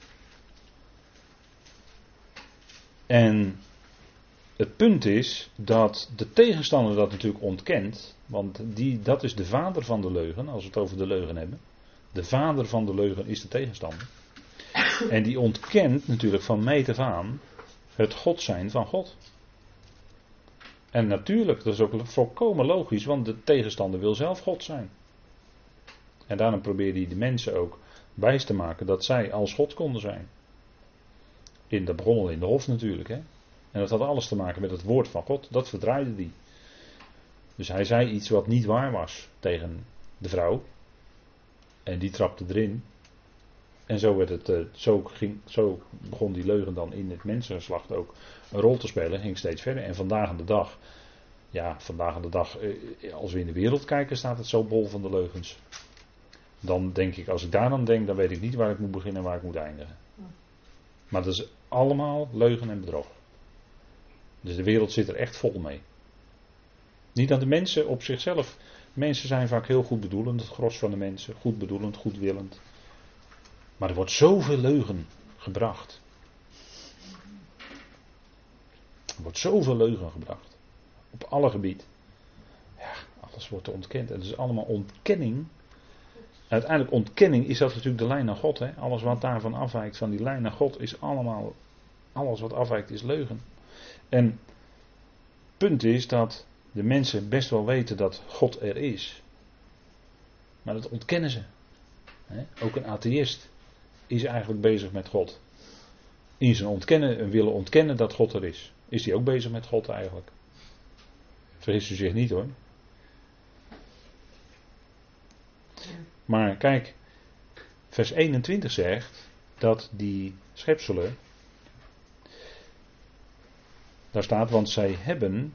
En het punt is dat de tegenstander dat natuurlijk ontkent. Want die, dat is de vader van de leugen, als we het over de leugen hebben. De vader van de leugen is de tegenstander. En die ontkent natuurlijk van meet af aan het God zijn van God. En natuurlijk, dat is ook volkomen logisch, want de tegenstander wil zelf God zijn. En daarom probeerde hij de mensen ook wijs te maken dat zij als God konden zijn. In, dat begon al in de hof natuurlijk. Hè? En dat had alles te maken met het woord van God. Dat verdraaide hij. Dus hij zei iets wat niet waar was tegen de vrouw. En die trapte erin. En zo, werd het, zo, ging, zo begon die leugen dan in het mensengeslacht ook een rol te spelen. Ging steeds verder. En vandaag aan de dag. Ja, vandaag aan de dag. Als we in de wereld kijken staat het zo bol van de leugens. Dan denk ik, als ik daar aan denk, dan weet ik niet waar ik moet beginnen en waar ik moet eindigen. Maar dat is allemaal leugen en bedrog. Dus de wereld zit er echt vol mee. Niet aan de mensen op zichzelf. Mensen zijn vaak heel goed bedoelend, het gros van de mensen. Goed bedoelend, goedwillend. Maar er wordt zoveel leugen gebracht. Er wordt zoveel leugen gebracht. Op alle gebieden. Ja, alles wordt ontkend. En het is allemaal ontkenning. Uiteindelijk ontkenning is dat natuurlijk de lijn naar God. Hè? Alles wat daarvan afwijkt, van die lijn naar God, is allemaal, alles wat afwijkt is leugen. En het punt is dat de mensen best wel weten dat God er is. Maar dat ontkennen ze. He? Ook een atheïst is eigenlijk bezig met God. In zijn ontkennen, willen ontkennen dat God er is. Is hij ook bezig met God eigenlijk? Vergis u zich niet hoor. Maar kijk, vers eenentwintig zegt dat die schepselen, daar staat, want zij hebben,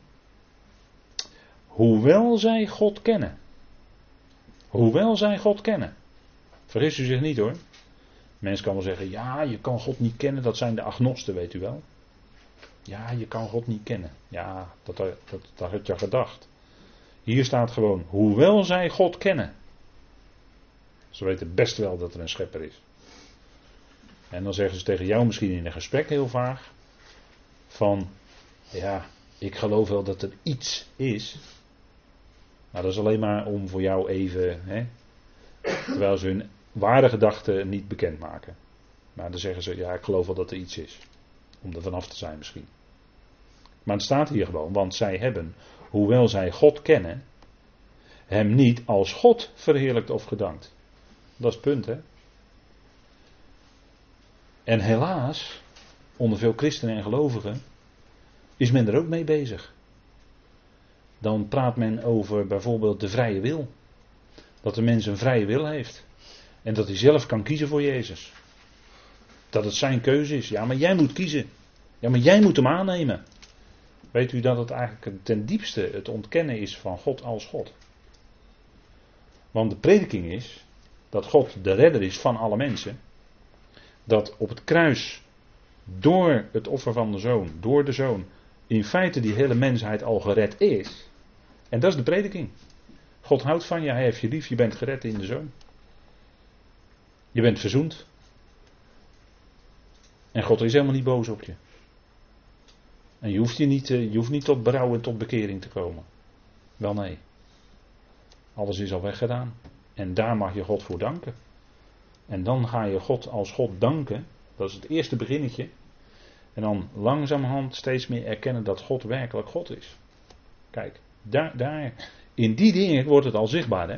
hoewel zij God kennen. Hoewel zij God kennen. Vergis u zich niet hoor. Mensen kan wel zeggen, ja, je kan God niet kennen, dat zijn de agnosten, weet u wel. Ja, je kan God niet kennen. Ja, dat, dat, dat had je gedacht. Hier staat gewoon, hoewel zij God kennen. Ze weten best wel dat er een schepper is. En dan zeggen ze tegen jou misschien in een gesprek heel vaag, van, ja, ik geloof wel dat er iets is. Maar dat is alleen maar om voor jou even, hè, terwijl ze hun ware gedachten niet bekendmaken. Maar dan zeggen ze, ja, ik geloof wel dat er iets is. Om er vanaf te zijn misschien. Maar het staat hier gewoon, want zij hebben, hoewel zij God kennen, hem niet als God verheerlijkt of gedankt. Dat is het punt, hè. En helaas, onder veel christenen en gelovigen, is men er ook mee bezig. Dan praat men over bijvoorbeeld de vrije wil. Dat de mens een vrije wil heeft. En dat hij zelf kan kiezen voor Jezus. Dat het zijn keuze is. Ja, maar jij moet kiezen. Ja, maar jij moet hem aannemen. Weet u dat het eigenlijk ten diepste het ontkennen is van God als God? Want de prediking is dat God de redder is van alle mensen. Dat op het kruis door het offer van de Zoon, door de Zoon, in feite die hele mensheid al gered is. En dat is de prediking. God houdt van je, hij heeft je lief, je bent gered in de Zoon. Je bent verzoend. En God is helemaal niet boos op je. En je hoeft, je niet, je hoeft niet tot berouw en tot bekering te komen. Wel nee. Alles is al weggedaan. En daar mag je God voor danken. En dan ga je God als God danken. Dat is het eerste beginnetje. En dan langzamerhand steeds meer erkennen dat God werkelijk God is. Kijk, daar, daar, in die dingen wordt het al zichtbaar, hè.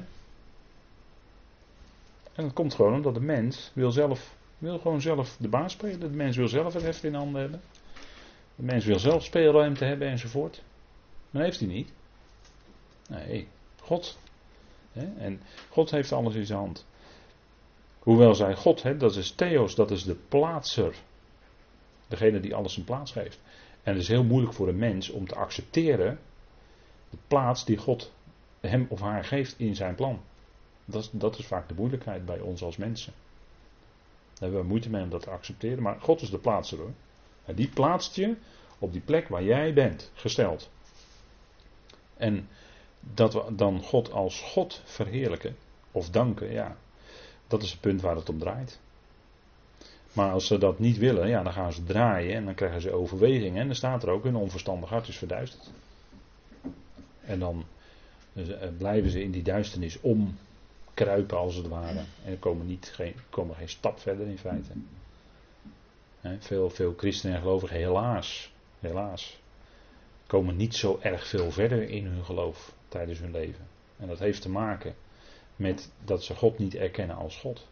En dat komt gewoon omdat de mens wil zelf, wil gewoon zelf de baas spelen. De mens wil zelf het heft in handen hebben. De mens wil zelf speelruimte hebben enzovoort. Maar heeft hij niet. Nee, God. Hè? En God heeft alles in zijn hand. Hoewel zij God, hè, dat is Theos, dat is de plaatser. Degene die alles zijn plaats geeft. En het is heel moeilijk voor een mens om te accepteren de plaats die God hem of haar geeft in zijn plan. Dat is, dat is vaak de moeilijkheid bij ons als mensen. Daar hebben we moeite mee om dat te accepteren, maar God is de plaatser hoor. En die plaatst je op die plek waar jij bent gesteld. En dat we dan God als God verheerlijken of danken, ja, dat is het punt waar het om draait. Maar als ze dat niet willen, ja, dan gaan ze draaien en dan krijgen ze overwegingen en dan staat er ook hun onverstandig hart is verduisterd. En dan blijven ze in die duisternis omkruipen als het ware. En er komen, niet, geen, komen geen stap verder in feite. He, veel, veel christenen en gelovigen helaas, helaas, komen niet zo erg veel verder in hun geloof tijdens hun leven. En dat heeft te maken met dat ze God niet erkennen als God.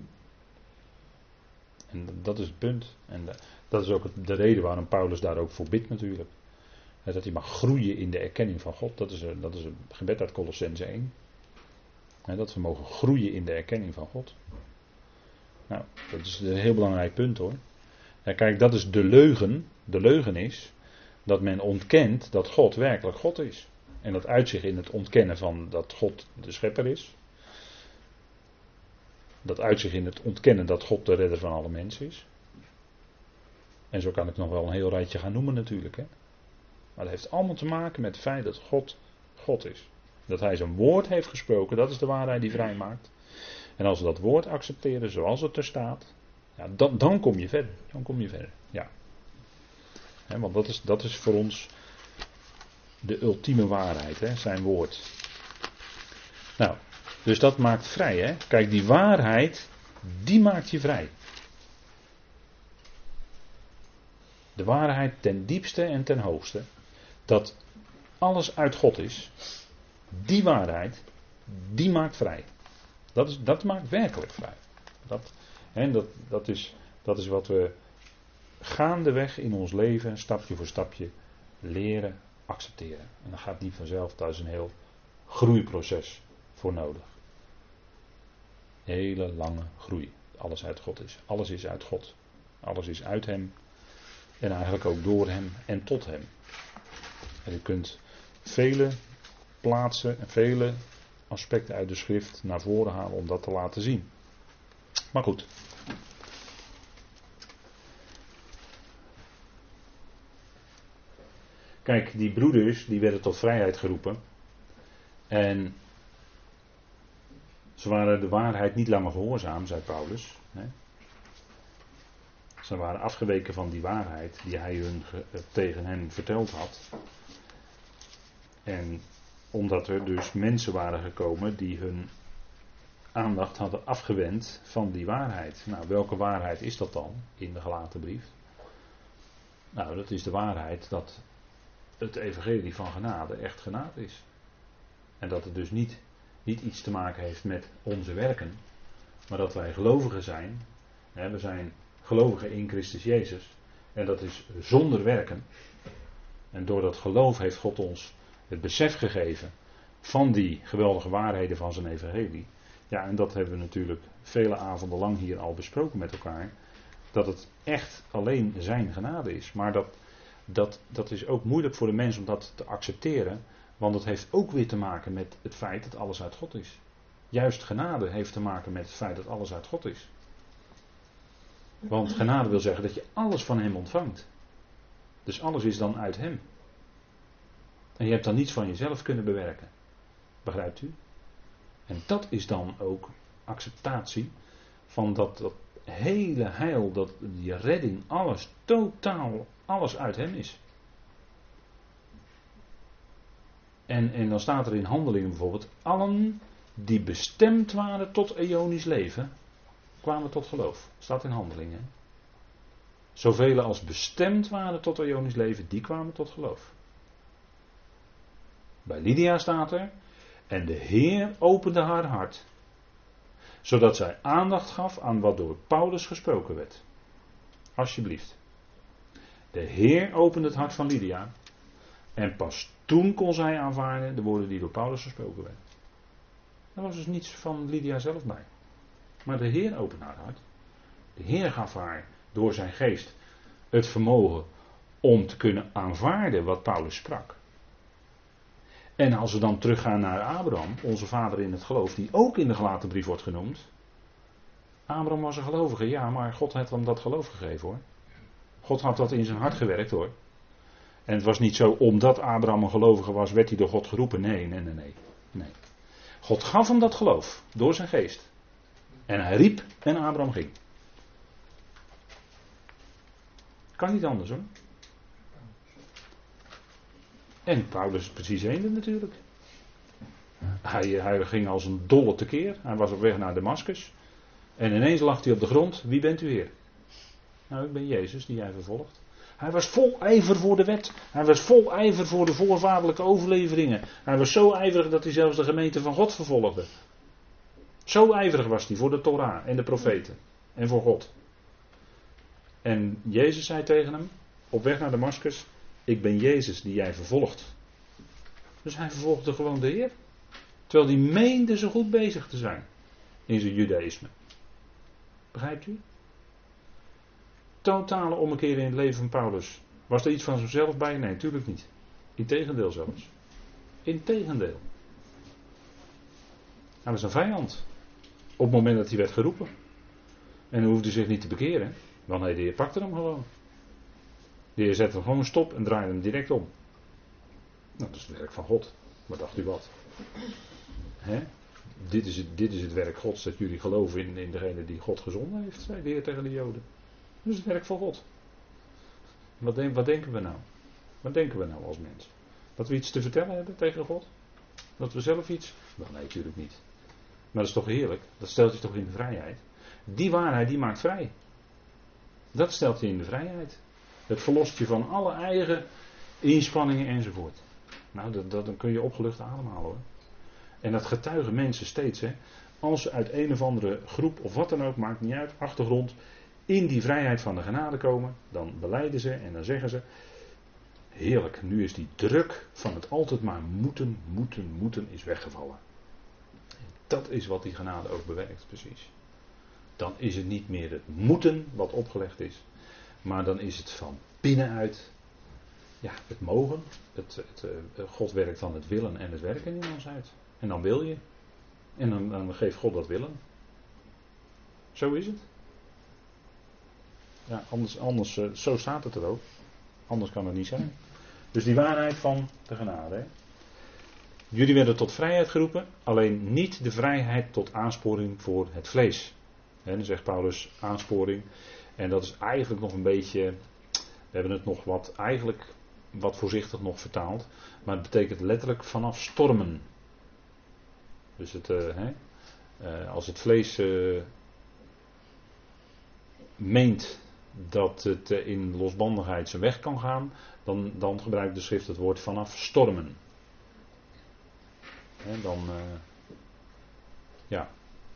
En dat is het punt. En dat is ook de reden waarom Paulus daar ook voor bidt natuurlijk. Dat hij mag groeien in de erkenning van God. Dat is een, dat is een gebed uit Kolossenzen één. Dat we mogen groeien in de erkenning van God. Nou, dat is een heel belangrijk punt hoor. Ja, kijk, dat is de leugen. De leugen is dat men ontkent dat God werkelijk God is. En dat uit zich in het ontkennen van dat God de schepper is. Dat uit zich in het ontkennen dat God de redder van alle mensen is. En zo kan ik nog wel een heel rijtje gaan noemen natuurlijk. Hè. Maar dat heeft allemaal te maken met het feit dat God God is. Dat hij zijn woord heeft gesproken, dat is de waarheid die vrij maakt. En als we dat woord accepteren zoals het er staat, ja, dan, dan kom je verder. Dan kom je verder, ja. He, want dat is, dat is voor ons de ultieme waarheid, hè, zijn woord. Nou, dus dat maakt vrij, hè. Kijk, die waarheid, die maakt je vrij. De waarheid ten diepste en ten hoogste. Dat alles uit God is, die waarheid, die maakt vrij. Dat, is, dat maakt werkelijk vrij. Dat, en dat, dat, is, dat is wat we gaandeweg in ons leven, stapje voor stapje, leren accepteren. En dat gaat niet vanzelf, daar is een heel groeiproces voor nodig. Hele lange groei. Alles uit God is. Alles is uit God. Alles is uit Hem. En eigenlijk ook door Hem en tot Hem. En u kunt vele plaatsen en vele aspecten uit de schrift naar voren halen om dat te laten zien. Maar goed. Kijk, die broeders die werden tot vrijheid geroepen. En ze waren de waarheid niet langer gehoorzaam, zei Paulus. Hè? Ze waren afgeweken van die waarheid die hij hun, tegen hen verteld had. En omdat er dus mensen waren gekomen die hun aandacht hadden afgewend van die waarheid. Nou, welke waarheid is dat dan in de Galatenbrief? Nou, dat is de waarheid dat het evangelie van genade echt genade is. En dat het dus niet, niet iets te maken heeft met onze werken, maar dat wij gelovigen zijn. Hè, we zijn gelovigen in Christus Jezus. En dat is zonder werken. En door dat geloof heeft God ons het besef gegeven van die geweldige waarheden van zijn evangelie. Ja, en dat hebben we natuurlijk vele avonden lang hier al besproken met elkaar. Dat het echt alleen zijn genade is. Maar dat, dat, dat is ook moeilijk voor de mens om dat te accepteren. Want het heeft ook weer te maken met het feit dat alles uit God is. Juist genade heeft te maken met het feit dat alles uit God is. Want genade wil zeggen dat je alles van Hem ontvangt. Dus alles is dan uit Hem. En je hebt dan niets van jezelf kunnen bewerken. Begrijpt u? En dat is dan ook acceptatie van dat, dat hele heil, dat die redding, alles, totaal, alles uit Hem is. En, en dan staat er in Handelingen bijvoorbeeld, allen die bestemd waren tot eonisch leven, kwamen tot geloof. Staat in Handelingen. Zoveel als bestemd waren tot eonisch leven, die kwamen tot geloof. Bij Lydia staat er, en de Heer opende haar hart, zodat zij aandacht gaf aan wat door Paulus gesproken werd. Alsjeblieft. De Heer opende het hart van Lydia, en pas toen kon zij aanvaarden de woorden die door Paulus gesproken werden. Er was dus niets van Lydia zelf bij. Maar de Heer opende haar hart. De Heer gaf haar door zijn geest het vermogen om te kunnen aanvaarden wat Paulus sprak. En als we dan teruggaan naar Abraham, onze vader in het geloof, die ook in de Galatenbrief wordt genoemd. Abraham was een gelovige, ja, maar God had hem dat geloof gegeven hoor. God had dat in zijn hart gewerkt hoor. En het was niet zo, omdat Abraham een gelovige was, werd hij door God geroepen. Nee, nee, nee, nee. nee. God gaf hem dat geloof, door zijn geest. En hij riep en Abraham ging. Kan niet anders hoor. En Paulus is precies eender natuurlijk. Hij, hij ging als een dolle tekeer. Hij was op weg naar Damascus. En ineens lag hij op de grond. Wie bent u Heer? Nou, ik ben Jezus die jij vervolgt. Hij was vol ijver voor de wet. Hij was vol ijver voor de voorvaderlijke overleveringen. Hij was zo ijverig dat hij zelfs de gemeente van God vervolgde. Zo ijverig was hij voor de Torah en de profeten. En voor God. En Jezus zei tegen hem, op weg naar Damascus, ik ben Jezus die jij vervolgt. Dus hij vervolgde gewoon de Heer. Terwijl hij meende zo goed bezig te zijn in zijn judaïsme. Begrijpt u? Totale ommekeer in het leven van Paulus. Was er iets van zichzelf bij? Nee, natuurlijk niet. Integendeel zelfs. Integendeel. Hij was een vijand. Op het moment dat hij werd geroepen. En hij hoefde zich niet te bekeren. Want nee, de Heer pakte hem gewoon. De Heer zette hem gewoon stop en draaide hem direct om. Nou, dat is het werk van God. Maar dacht u wat? Hè? Dit, is het, dit is het werk Gods, dat jullie geloven in, in degene die God gezonden heeft, zei de Heer tegen de Joden. Dat is het werk van God. Wat, denk, wat denken we nou? Wat denken we nou als mens? Dat we iets te vertellen hebben tegen God? Dat we zelf iets? Wel, nee, natuurlijk niet. Maar dat is toch heerlijk? Dat stelt je toch in de vrijheid? Die waarheid, die maakt vrij. Dat stelt je in de vrijheid. Het verlost je van alle eigen inspanningen enzovoort. Nou, dat, dat, dan kun je opgelucht ademhalen hoor. En dat getuigen mensen steeds. Hè. Als ze uit een of andere groep of wat dan ook, maakt niet uit, achtergrond, in die vrijheid van de genade komen, dan belijden ze en dan zeggen ze, heerlijk, nu is die druk van het altijd maar moeten, moeten, moeten is weggevallen. Dat is wat die genade ook bewerkt, precies. Dan is het niet meer het moeten wat opgelegd is, maar dan is het van binnenuit, ja, het mogen. Het, het, uh, God werkt dan het willen en het werken in ons uit. En dan wil je. En dan, dan geeft God dat willen. Zo is het. Ja, anders, anders uh, zo staat het er ook. Anders kan het niet zijn. Dus die waarheid van de genade. Hè. Jullie werden tot vrijheid geroepen, alleen niet de vrijheid tot aansporing voor het vlees. Hè, dan zegt Paulus aansporing. En dat is eigenlijk nog een beetje, we hebben het nog wat, eigenlijk wat voorzichtig nog vertaald. Maar het betekent letterlijk vanaf stormen. Dus het, uh, hè, uh, als het vlees uh, meent dat het uh, in losbandigheid zijn weg kan gaan, dan, dan gebruikt de schrift het woord vanaf stormen. Hè, dan, uh, ja.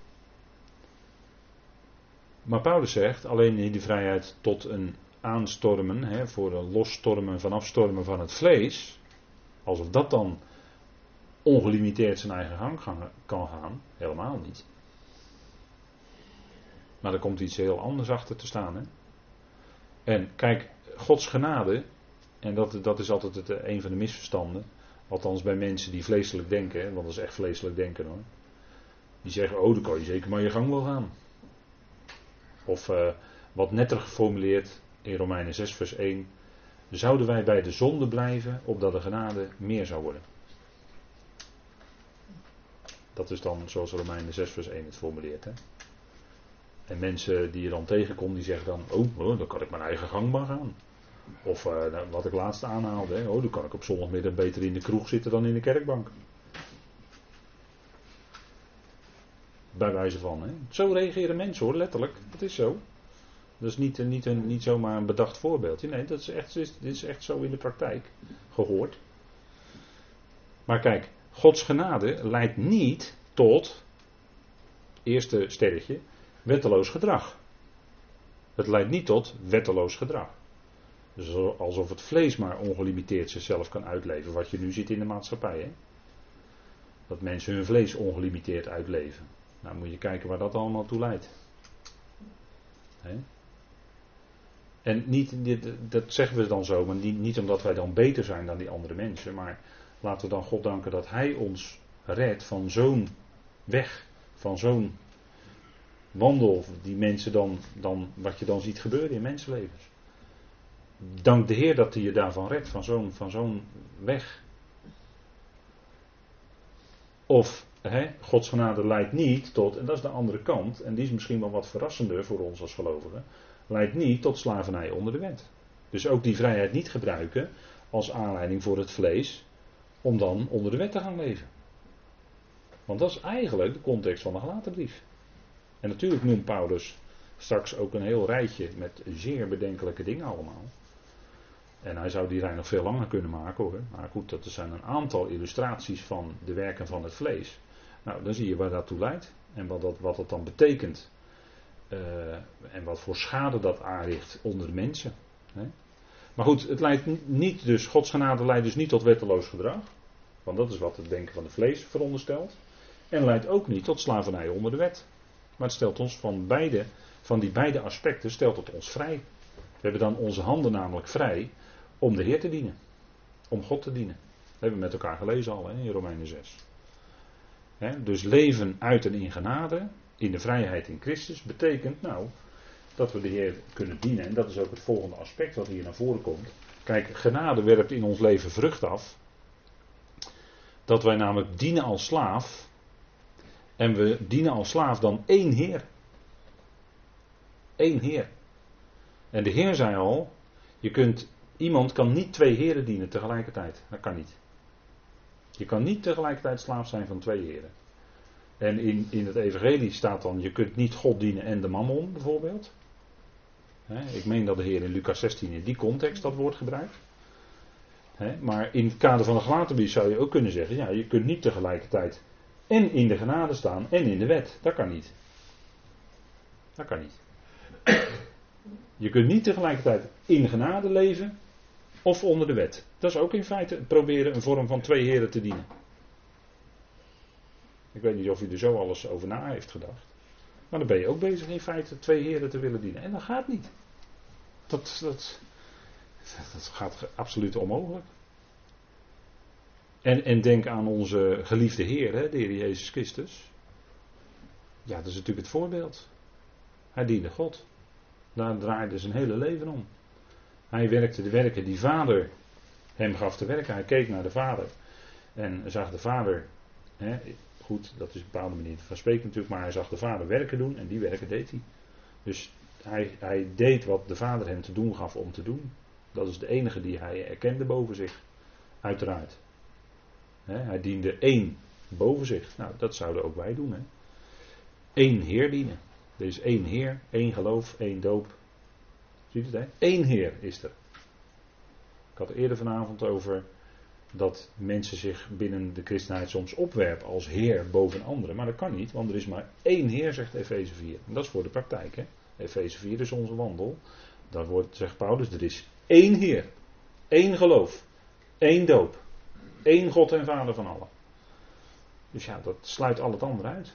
Maar Paulus zegt, alleen in die vrijheid tot een aanstormen, hè, voor een losstormen, vanaf stormen van het vlees, alsof dat dan ongelimiteerd zijn eigen gang kan gaan, helemaal niet. Maar er komt iets heel anders achter te staan. Hè? En kijk, Gods genade, en dat, dat is altijd het, een van de misverstanden, althans bij mensen die vleeselijk denken, hè, want dat is echt vleeselijk denken hoor. Die zeggen, oh dan kan je zeker maar je gang wel gaan. Of uh, wat netter geformuleerd in Romeinen zes vers één, zouden wij bij de zonde blijven, opdat de genade meer zou worden. Dat is dan zoals Romeinen zes vers één het formuleert. Hè? En mensen die je dan tegenkomt, die zeggen dan, oh, oh dan kan ik mijn eigen gang maar gaan. Of uh, wat ik laatst aanhaalde, hè, oh, dan kan ik op zondagmiddag beter in de kroeg zitten dan in de kerkbank. Bij wijze van. Hè. Zo reageren mensen hoor, letterlijk. Dat is zo. Dat is niet, niet, een, niet zomaar een bedacht voorbeeldje. Nee, dat is echt, dit is echt zo in de praktijk gehoord. Maar kijk, Gods genade leidt niet tot, eerste sterretje, wetteloos gedrag. Het leidt niet tot wetteloos gedrag. Dus alsof het vlees maar ongelimiteerd zichzelf kan uitleven, wat je nu ziet in de maatschappij. Hè? Dat mensen hun vlees ongelimiteerd uitleven. Nou moet je kijken waar dat allemaal toe leidt. Hè? En niet, dat zeggen we dan zo, maar niet, niet omdat wij dan beter zijn dan die andere mensen, maar laten we dan God danken dat Hij ons redt van zo'n weg, van zo'n wandel, die mensen dan, dan, wat je dan ziet gebeuren in mensenlevens. Dank de Heer dat Hij je daarvan redt, van zo'n, van zo'n weg. Of, hè, Gods genade leidt niet tot, en dat is de andere kant, en die is misschien wel wat verrassender voor ons als gelovigen, leidt niet tot slavernij onder de wet. Dus ook die vrijheid niet gebruiken als aanleiding voor het vlees, om dan onder de wet te gaan leven. Want dat is eigenlijk de context van de Galatenbrief. En natuurlijk noemt Paulus straks ook een heel rijtje met zeer bedenkelijke dingen allemaal. En hij zou die rij nog veel langer kunnen maken hoor. Maar goed, dat zijn een aantal illustraties van de werken van het vlees. Nou, dan zie je waar dat toe leidt. En wat dat, wat dat dan betekent. Uh, en wat voor schade dat aanricht onder de mensen. Hè? Maar goed, het leidt niet dus, Gods genade leidt dus niet tot wetteloos gedrag. Want dat is wat het denken van het vlees veronderstelt. En leidt ook niet tot slavernij onder de wet. Maar het stelt ons van beide, van die beide aspecten stelt het ons vrij. We hebben dan onze handen namelijk vrij om de Heer te dienen. Om God te dienen. Dat hebben we met elkaar gelezen al hè, in Romeinen zes. Hè, dus leven uit en in genade, in de vrijheid in Christus, betekent nou dat we de Heer kunnen dienen. En dat is ook het volgende aspect wat hier naar voren komt. Kijk, genade werpt in ons leven vrucht af. Dat wij namelijk dienen als slaaf. En we dienen als slaaf dan één Heer. Eén Heer. En de Heer zei al, je kunt, iemand kan niet twee heren dienen tegelijkertijd. Dat kan niet. Je kan niet tegelijkertijd slaaf zijn van twee heren. En in, in het evangelie staat dan, je kunt niet God dienen en de mammon bijvoorbeeld. He, ik meen dat de Heer in Lucas zestien in die context dat woord gebruikt. He, maar in het kader van de Galatenbrief zou je ook kunnen zeggen, ja, je kunt niet tegelijkertijd en in de genade staan en in de wet. Dat kan niet. Dat kan niet. Je kunt niet tegelijkertijd in genade leven of onder de wet. Dat is ook in feite proberen een vorm van twee heren te dienen. Ik weet niet of u er zo alles over na heeft gedacht. Maar dan ben je ook bezig in feite twee heren te willen dienen. En dat gaat niet. Dat, dat, dat gaat absoluut onmogelijk. En, en denk aan onze geliefde Heer, hè, de Heer Jezus Christus. Ja, dat is natuurlijk het voorbeeld. Hij diende God. Daar draaide zijn hele leven om. Hij werkte de werken die Vader hem gaf te werken. Hij keek naar de Vader. En zag de Vader. Hè, goed, dat is een bepaalde manier van spreken natuurlijk. Maar hij zag de Vader werken doen. En die werken deed hij. Dus hij, hij deed wat de Vader hem te doen gaf om te doen. Dat is de enige die hij erkende boven zich. Uiteraard. Hè, hij diende één boven zich. Nou, dat zouden ook wij doen. Hè. Eén Heer dienen. Er is één Heer, één geloof, één doop. Ziet het, hè? Eén Heer is er. Ik had eerder vanavond over dat mensen zich binnen de christenheid soms opwerpen als Heer boven anderen. Maar dat kan niet, want er is maar één Heer, zegt Efeze vier. En dat is voor de praktijk, hè? Efeze vier is onze wandel. Daar wordt, zegt Paulus, er is één Heer, één geloof, één doop, één God en Vader van allen. Dus ja, dat sluit al het andere uit.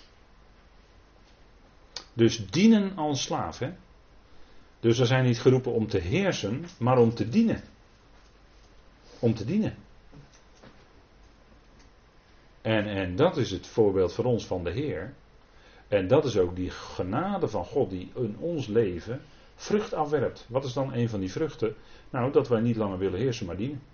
Dus dienen als slaaf, hè? Dus we zijn niet geroepen om te heersen, maar om te dienen. Om te dienen. En, en dat is het voorbeeld voor ons van de Heer. En dat is ook die genade van God die in ons leven vrucht afwerpt. Wat is dan een van die vruchten? Nou, dat wij niet langer willen heersen, maar dienen.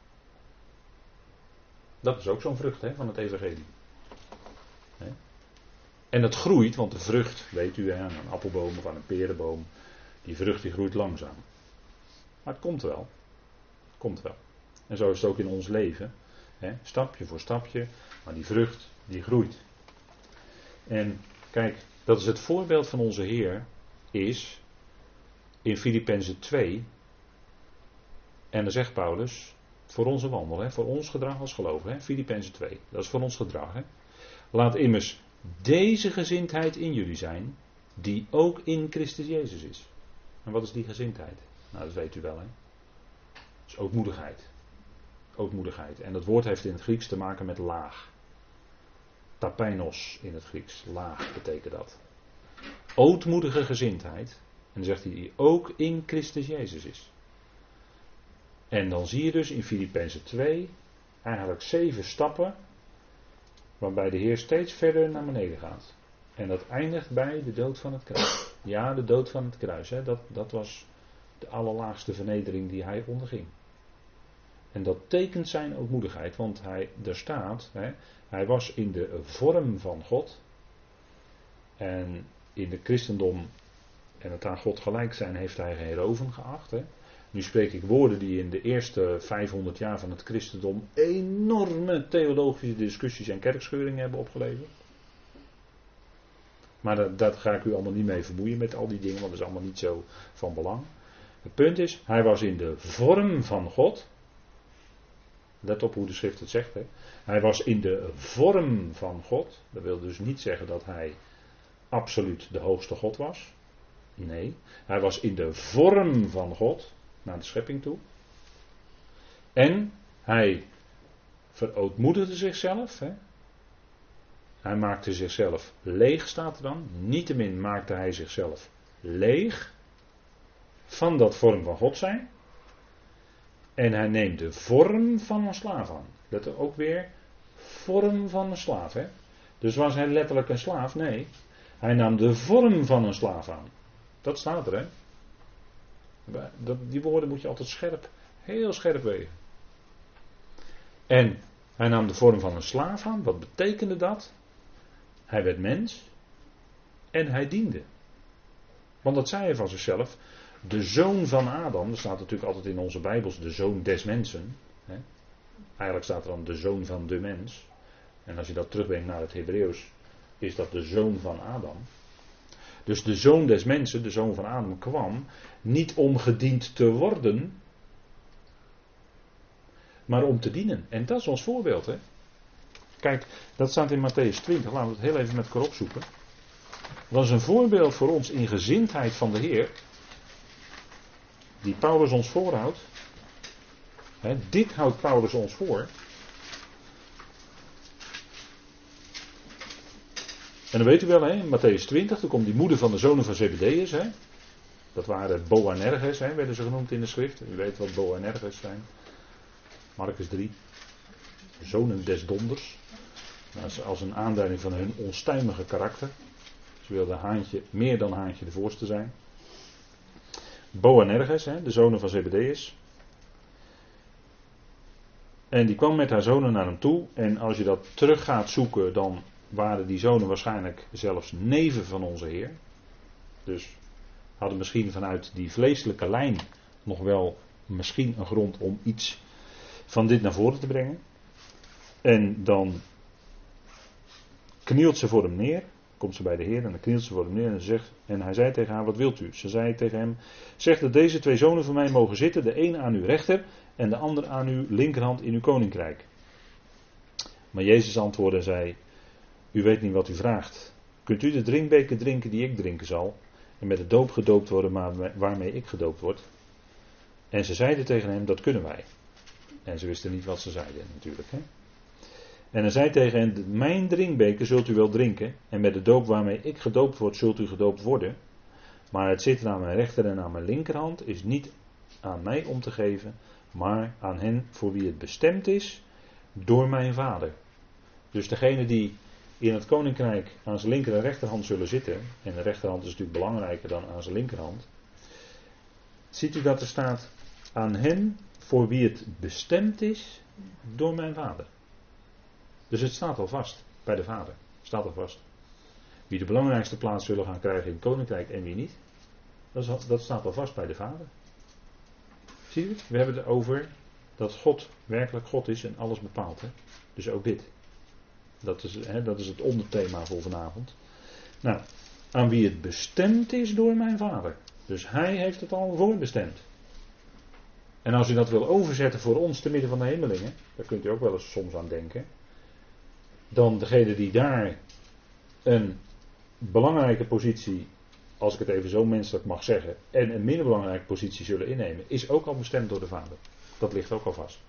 Dat is ook zo'n vrucht, hè, van het evangelie. Hè? En dat groeit, want de vrucht, weet u, aan een appelboom of aan een perenboom, die vrucht die groeit langzaam. Maar het komt wel. Het komt wel. En zo is het ook in ons leven. Hè? Stapje voor stapje, maar die vrucht die groeit. En kijk, dat is het voorbeeld van onze Heer, is in Filippenzen twee. En dan zegt Paulus, voor onze wandel, hè, voor ons gedrag als gelovigen, Filippenzen twee, dat is voor ons gedrag. Hè. Laat immers deze gezindheid in jullie zijn, die ook in Christus Jezus is. En wat is die gezindheid? Nou, dat weet u wel, hè. Dat is ootmoedigheid. Ootmoedigheid. En dat woord heeft in het Grieks te maken met laag. Tapeinos in het Grieks. Laag betekent dat. Ootmoedige gezindheid. En dan zegt hij die ook in Christus Jezus is. En dan zie je dus in Filippenzen twee eigenlijk zeven stappen waarbij de Heer steeds verder naar beneden gaat. En dat eindigt bij de dood van het kruis. Ja, de dood van het kruis. Hè, dat, dat was de allerlaagste vernedering die hij onderging. En dat tekent zijn ootmoedigheid, want hij, er staat, hè, hij was in de vorm van God. En in de christendom en het aan God gelijk zijn heeft hij geheroven geacht. Hè. Nu spreek ik woorden die in de eerste vijfhonderd jaar van het christendom enorme theologische discussies en kerkscheuringen hebben opgeleverd. Maar dat, dat ga ik u allemaal niet mee vermoeien met al die dingen, want dat is allemaal niet zo van belang. Het punt is, hij was in de vorm van God. Let op hoe de schrift het zegt. Hè. Hij was in de vorm van God. Dat wil dus niet zeggen dat hij absoluut de hoogste God was. Nee, hij was in de vorm van God naar de schepping toe. En hij verootmoedigde zichzelf. Hè. Hij maakte zichzelf leeg, staat er dan. Niettemin maakte hij zichzelf leeg van dat vorm van God zijn. En hij neemt de vorm van een slaaf aan. Let er ook weer, vorm van een slaaf. Hè? Dus was hij letterlijk een slaaf? Nee. Hij nam de vorm van een slaaf aan. Dat staat er, hè. Dat, die woorden moet je altijd scherp, heel scherp wegen. En hij nam de vorm van een slaaf aan. Wat betekende dat? Hij werd mens. En hij diende. Want dat zei hij van zichzelf. De zoon van Adam, er staat natuurlijk altijd in onze Bijbels de zoon des mensen. Hè? Eigenlijk staat er dan de zoon van de mens. En als je dat terugbrengt naar het Hebreeuws, is dat de zoon van Adam. Dus de zoon des mensen, de zoon van Adam, kwam niet om gediend te worden, maar om te dienen. En dat is ons voorbeeld. Hè? Kijk, dat staat in Matthäus twintig. Laten we het heel even met elkaar opzoeken. Dat is een voorbeeld voor ons in gezindheid van de Heer. Die Paulus ons voorhoudt. He, dit houdt Paulus ons voor. En dan weet u wel, hè, in Matthäus twintig, toen komt die moeder van de zonen van Zebedeus. Hè. Dat waren Boanerges, hè, werden ze genoemd in de schrift. U weet wat Boanerges zijn. Marcus drie. Zonen des donders. Nou, als een aanduiding van hun onstuimige karakter. Ze wilden haantje, meer dan haantje de voorste zijn. Boanerges, hè, de zonen van Zebedeus. En die kwam met haar zonen naar hem toe. En als je dat terug gaat zoeken, dan waren die zonen waarschijnlijk zelfs neven van onze Heer. Dus hadden misschien vanuit die vleeselijke lijn nog wel misschien een grond om iets van dit naar voren te brengen. En dan knielt ze voor hem neer. Komt ze bij de Heer en dan knielt ze voor hem neer en, zegt, en hij zei tegen haar, wat wilt u? Ze zei tegen hem, zeg dat deze twee zonen van mij mogen zitten, de een aan uw rechter en de ander aan uw linkerhand in uw koninkrijk. Maar Jezus antwoordde en zei, u weet niet wat u vraagt. Kunt u de drinkbeker drinken die ik drinken zal en met de doop gedoopt worden maar waarmee ik gedoopt word? En ze zeiden tegen hem, dat kunnen wij. En ze wisten niet wat ze zeiden natuurlijk. Hè? En hij zei tegen hen, mijn drinkbeker zult u wel drinken en met de doop waarmee ik gedoopt word zult u gedoopt worden. Maar het zitten aan mijn rechter en aan mijn linkerhand is niet aan mij om te geven, maar aan hen voor wie het bestemd is door mijn Vader. Dus degene die in het koninkrijk aan zijn linker en rechterhand zullen zitten, en de rechterhand is natuurlijk belangrijker dan aan zijn linkerhand, ziet u dat er staat aan hen voor wie het bestemd is door mijn Vader. Dus het staat al vast bij de Vader. Het staat al vast. Wie de belangrijkste plaats zullen gaan krijgen in het koninkrijk en wie niet, dat, is al, dat staat al vast bij de Vader. Zie je het? We hebben het over dat God werkelijk God is en alles bepaalt. Hè? Dus ook dit. Dat is, hè, dat is het onderthema voor vanavond. Nou, aan wie het bestemd is door mijn Vader. Dus hij heeft het al voorbestemd. En als u dat wil overzetten voor ons te midden van de hemelingen, daar kunt u ook wel eens soms aan denken. Dan degene die daar een belangrijke positie, als ik het even zo menselijk mag zeggen, en een minder belangrijke positie zullen innemen, is ook al bestemd door de Vader. Dat ligt ook al vast.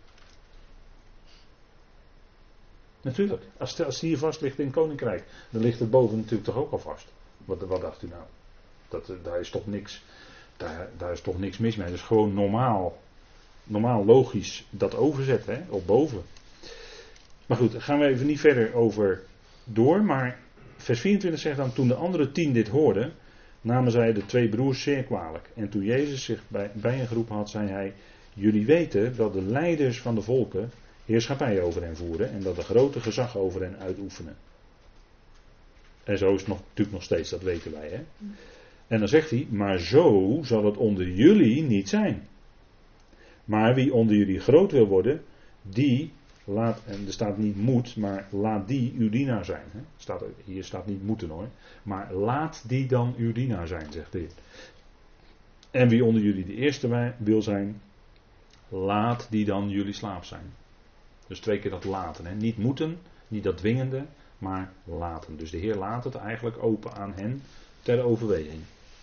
Natuurlijk, als, als die hier vast ligt in het koninkrijk, dan ligt het boven natuurlijk toch ook al vast. Wat, wat dacht u nou? Dat, daar is toch niks, daar, daar is toch niks mis mee. Dat is gewoon normaal, normaal logisch dat overzetten, hè, op boven. Maar goed, daar gaan we even niet verder over door. Maar vers vierentwintig zegt dan, toen de andere tien dit hoorden, namen zij de twee broers zeer kwalijk. En toen Jezus zich bij, bij hen geroepen had, zei hij, jullie weten dat de leiders van de volken heerschappij over hen voeren en dat de grote gezag over hen uitoefenen. En zo is het nog, natuurlijk nog steeds, dat weten wij. Hè? En dan zegt hij, maar zo zal het onder jullie niet zijn. Maar wie onder jullie groot wil worden, die laat, en er staat niet moet, maar laat die uw dienaar zijn. Hè? Staat, hier staat niet moeten hoor, maar laat die dan uw dienaar zijn, zegt de Heer. En wie onder jullie de eerste wil zijn, laat die dan jullie slaaf zijn. Dus twee keer dat laten. Hè? Niet moeten, niet dat dwingende, maar laten. Dus de Heer laat het eigenlijk open aan hen ter overweging.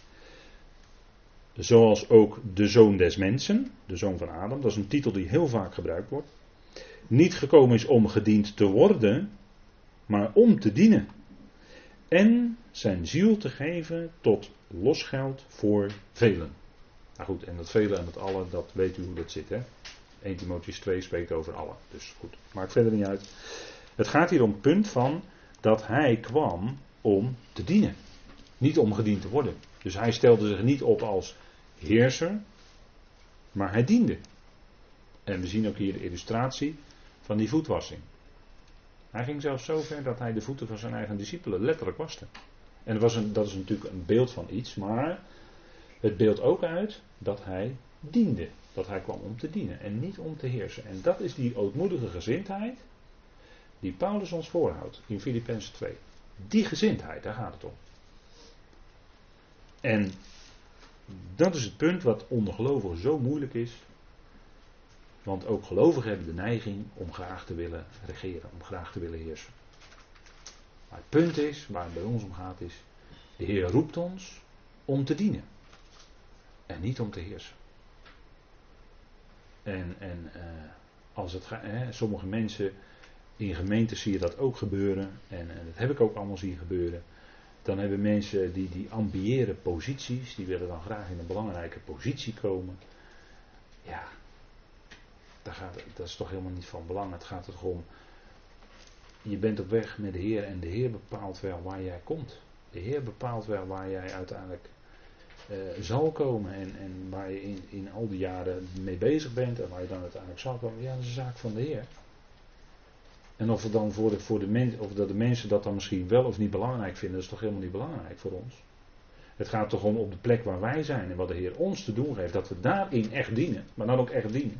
Zoals ook de zoon des mensen, de zoon van Adam, dat is een titel die heel vaak gebruikt wordt, niet gekomen is om gediend te worden, maar om te dienen. En zijn ziel te geven tot losgeld voor velen. Nou goed, en dat velen en dat allen, dat weet u hoe dat zit, hè. Eerste Timotheüs twee spreekt over allen. Dus goed, maakt verder niet uit. Het gaat hier om het punt van dat hij kwam om te dienen. Niet om gediend te worden. Dus hij stelde zich niet op als heerser, maar hij diende. En we zien ook hier de illustratie van die voetwassing. Hij ging zelfs zo ver dat hij de voeten van zijn eigen discipelen letterlijk waste. En dat, was een, dat is natuurlijk een beeld van iets, maar het beeldt ook uit dat hij diende. Dat hij kwam om te dienen en niet om te heersen. En dat is die ootmoedige gezindheid die Paulus ons voorhoudt in Filippenzen twee. Die gezindheid, daar gaat het om. En dat is het punt wat onder gelovigen zo moeilijk is. Want ook gelovigen hebben de neiging om graag te willen regeren, om graag te willen heersen. Maar het punt is, waar het bij ons om gaat, is, de Heer roept ons om te dienen. En niet om te heersen. En, en uh, als het gaat, hè, sommige mensen in gemeenten zie je dat ook gebeuren. En, en dat heb ik ook allemaal zien gebeuren. Dan hebben mensen die, die ambiëren posities, die willen dan graag in een belangrijke positie komen. Ja, daar gaat, dat is toch helemaal niet van belang. Het gaat er toch om, je bent op weg met de Heer en de Heer bepaalt wel waar jij komt. De Heer bepaalt wel waar jij uiteindelijk uh, zal komen en, en waar je in, in al die jaren mee bezig bent en waar je dan uiteindelijk zal komen. Ja, dat is een zaak van de Heer. En of, het dan voor de, voor de men, of dat de mensen dat dan misschien wel of niet belangrijk vinden, dat is toch helemaal niet belangrijk voor ons. Het gaat toch om op de plek waar wij zijn en wat de Heer ons te doen geeft, dat we daarin echt dienen, maar dan ook echt dienen.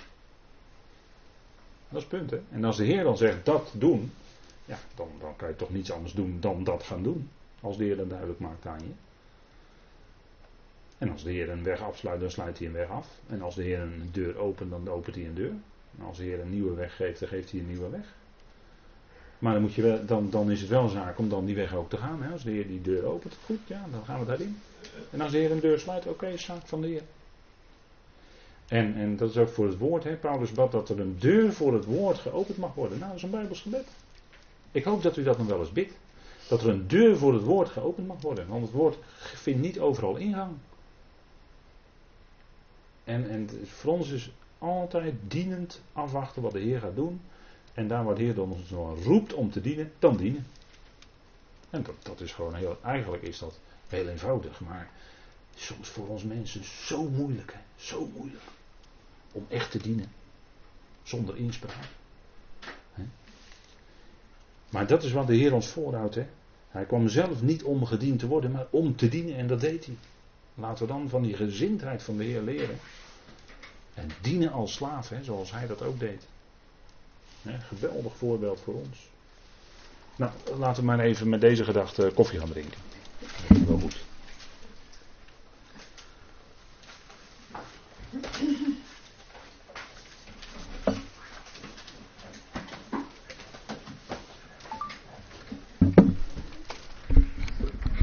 Dat is het punt, hè. En als de Heer dan zegt dat doen, ja, dan, dan kan je toch niets anders doen dan dat gaan doen. Als de Heer dat duidelijk maakt aan je. En als de Heer een weg afsluit, dan sluit hij een weg af. En als de Heer een deur opent, dan opent hij een deur. En als de Heer een nieuwe weg geeft, dan geeft hij een nieuwe weg. Maar dan, moet je wel, dan, dan is het wel zaak om dan die weg ook te gaan. Hè. Als de Heer die deur opent, goed, ja, dan gaan we daarin. En als de Heer een deur sluit, oké, okay, is zaak van de Heer. En, en dat is ook voor het woord. Hè. Paulus bad dat er een deur voor het woord geopend mag worden. Nou, dat is een Bijbels gebed. Ik hoop dat u dat nog wel eens bidt. Dat er een deur voor het woord geopend mag worden. Want het woord vindt niet overal ingang. En, en voor ons is altijd dienend afwachten wat de Heer gaat doen. En daar waar de Heer ons roept om te dienen, dan dienen. En dat, dat is gewoon heel, eigenlijk is dat heel eenvoudig. Maar soms voor ons mensen zo moeilijk. Hè? Zo moeilijk. Om echt te dienen. Zonder inspraak. Hè? Maar dat is wat de Heer ons voorhoudt. Hè? Hij kwam zelf niet om gediend te worden, maar om te dienen. En dat deed hij. Laten we dan van die gezindheid van de Heer leren. En dienen als slaaf, hè, zoals hij dat ook deed. Hè, geweldig voorbeeld voor ons. Nou, laten we maar even met deze gedachte koffie gaan drinken.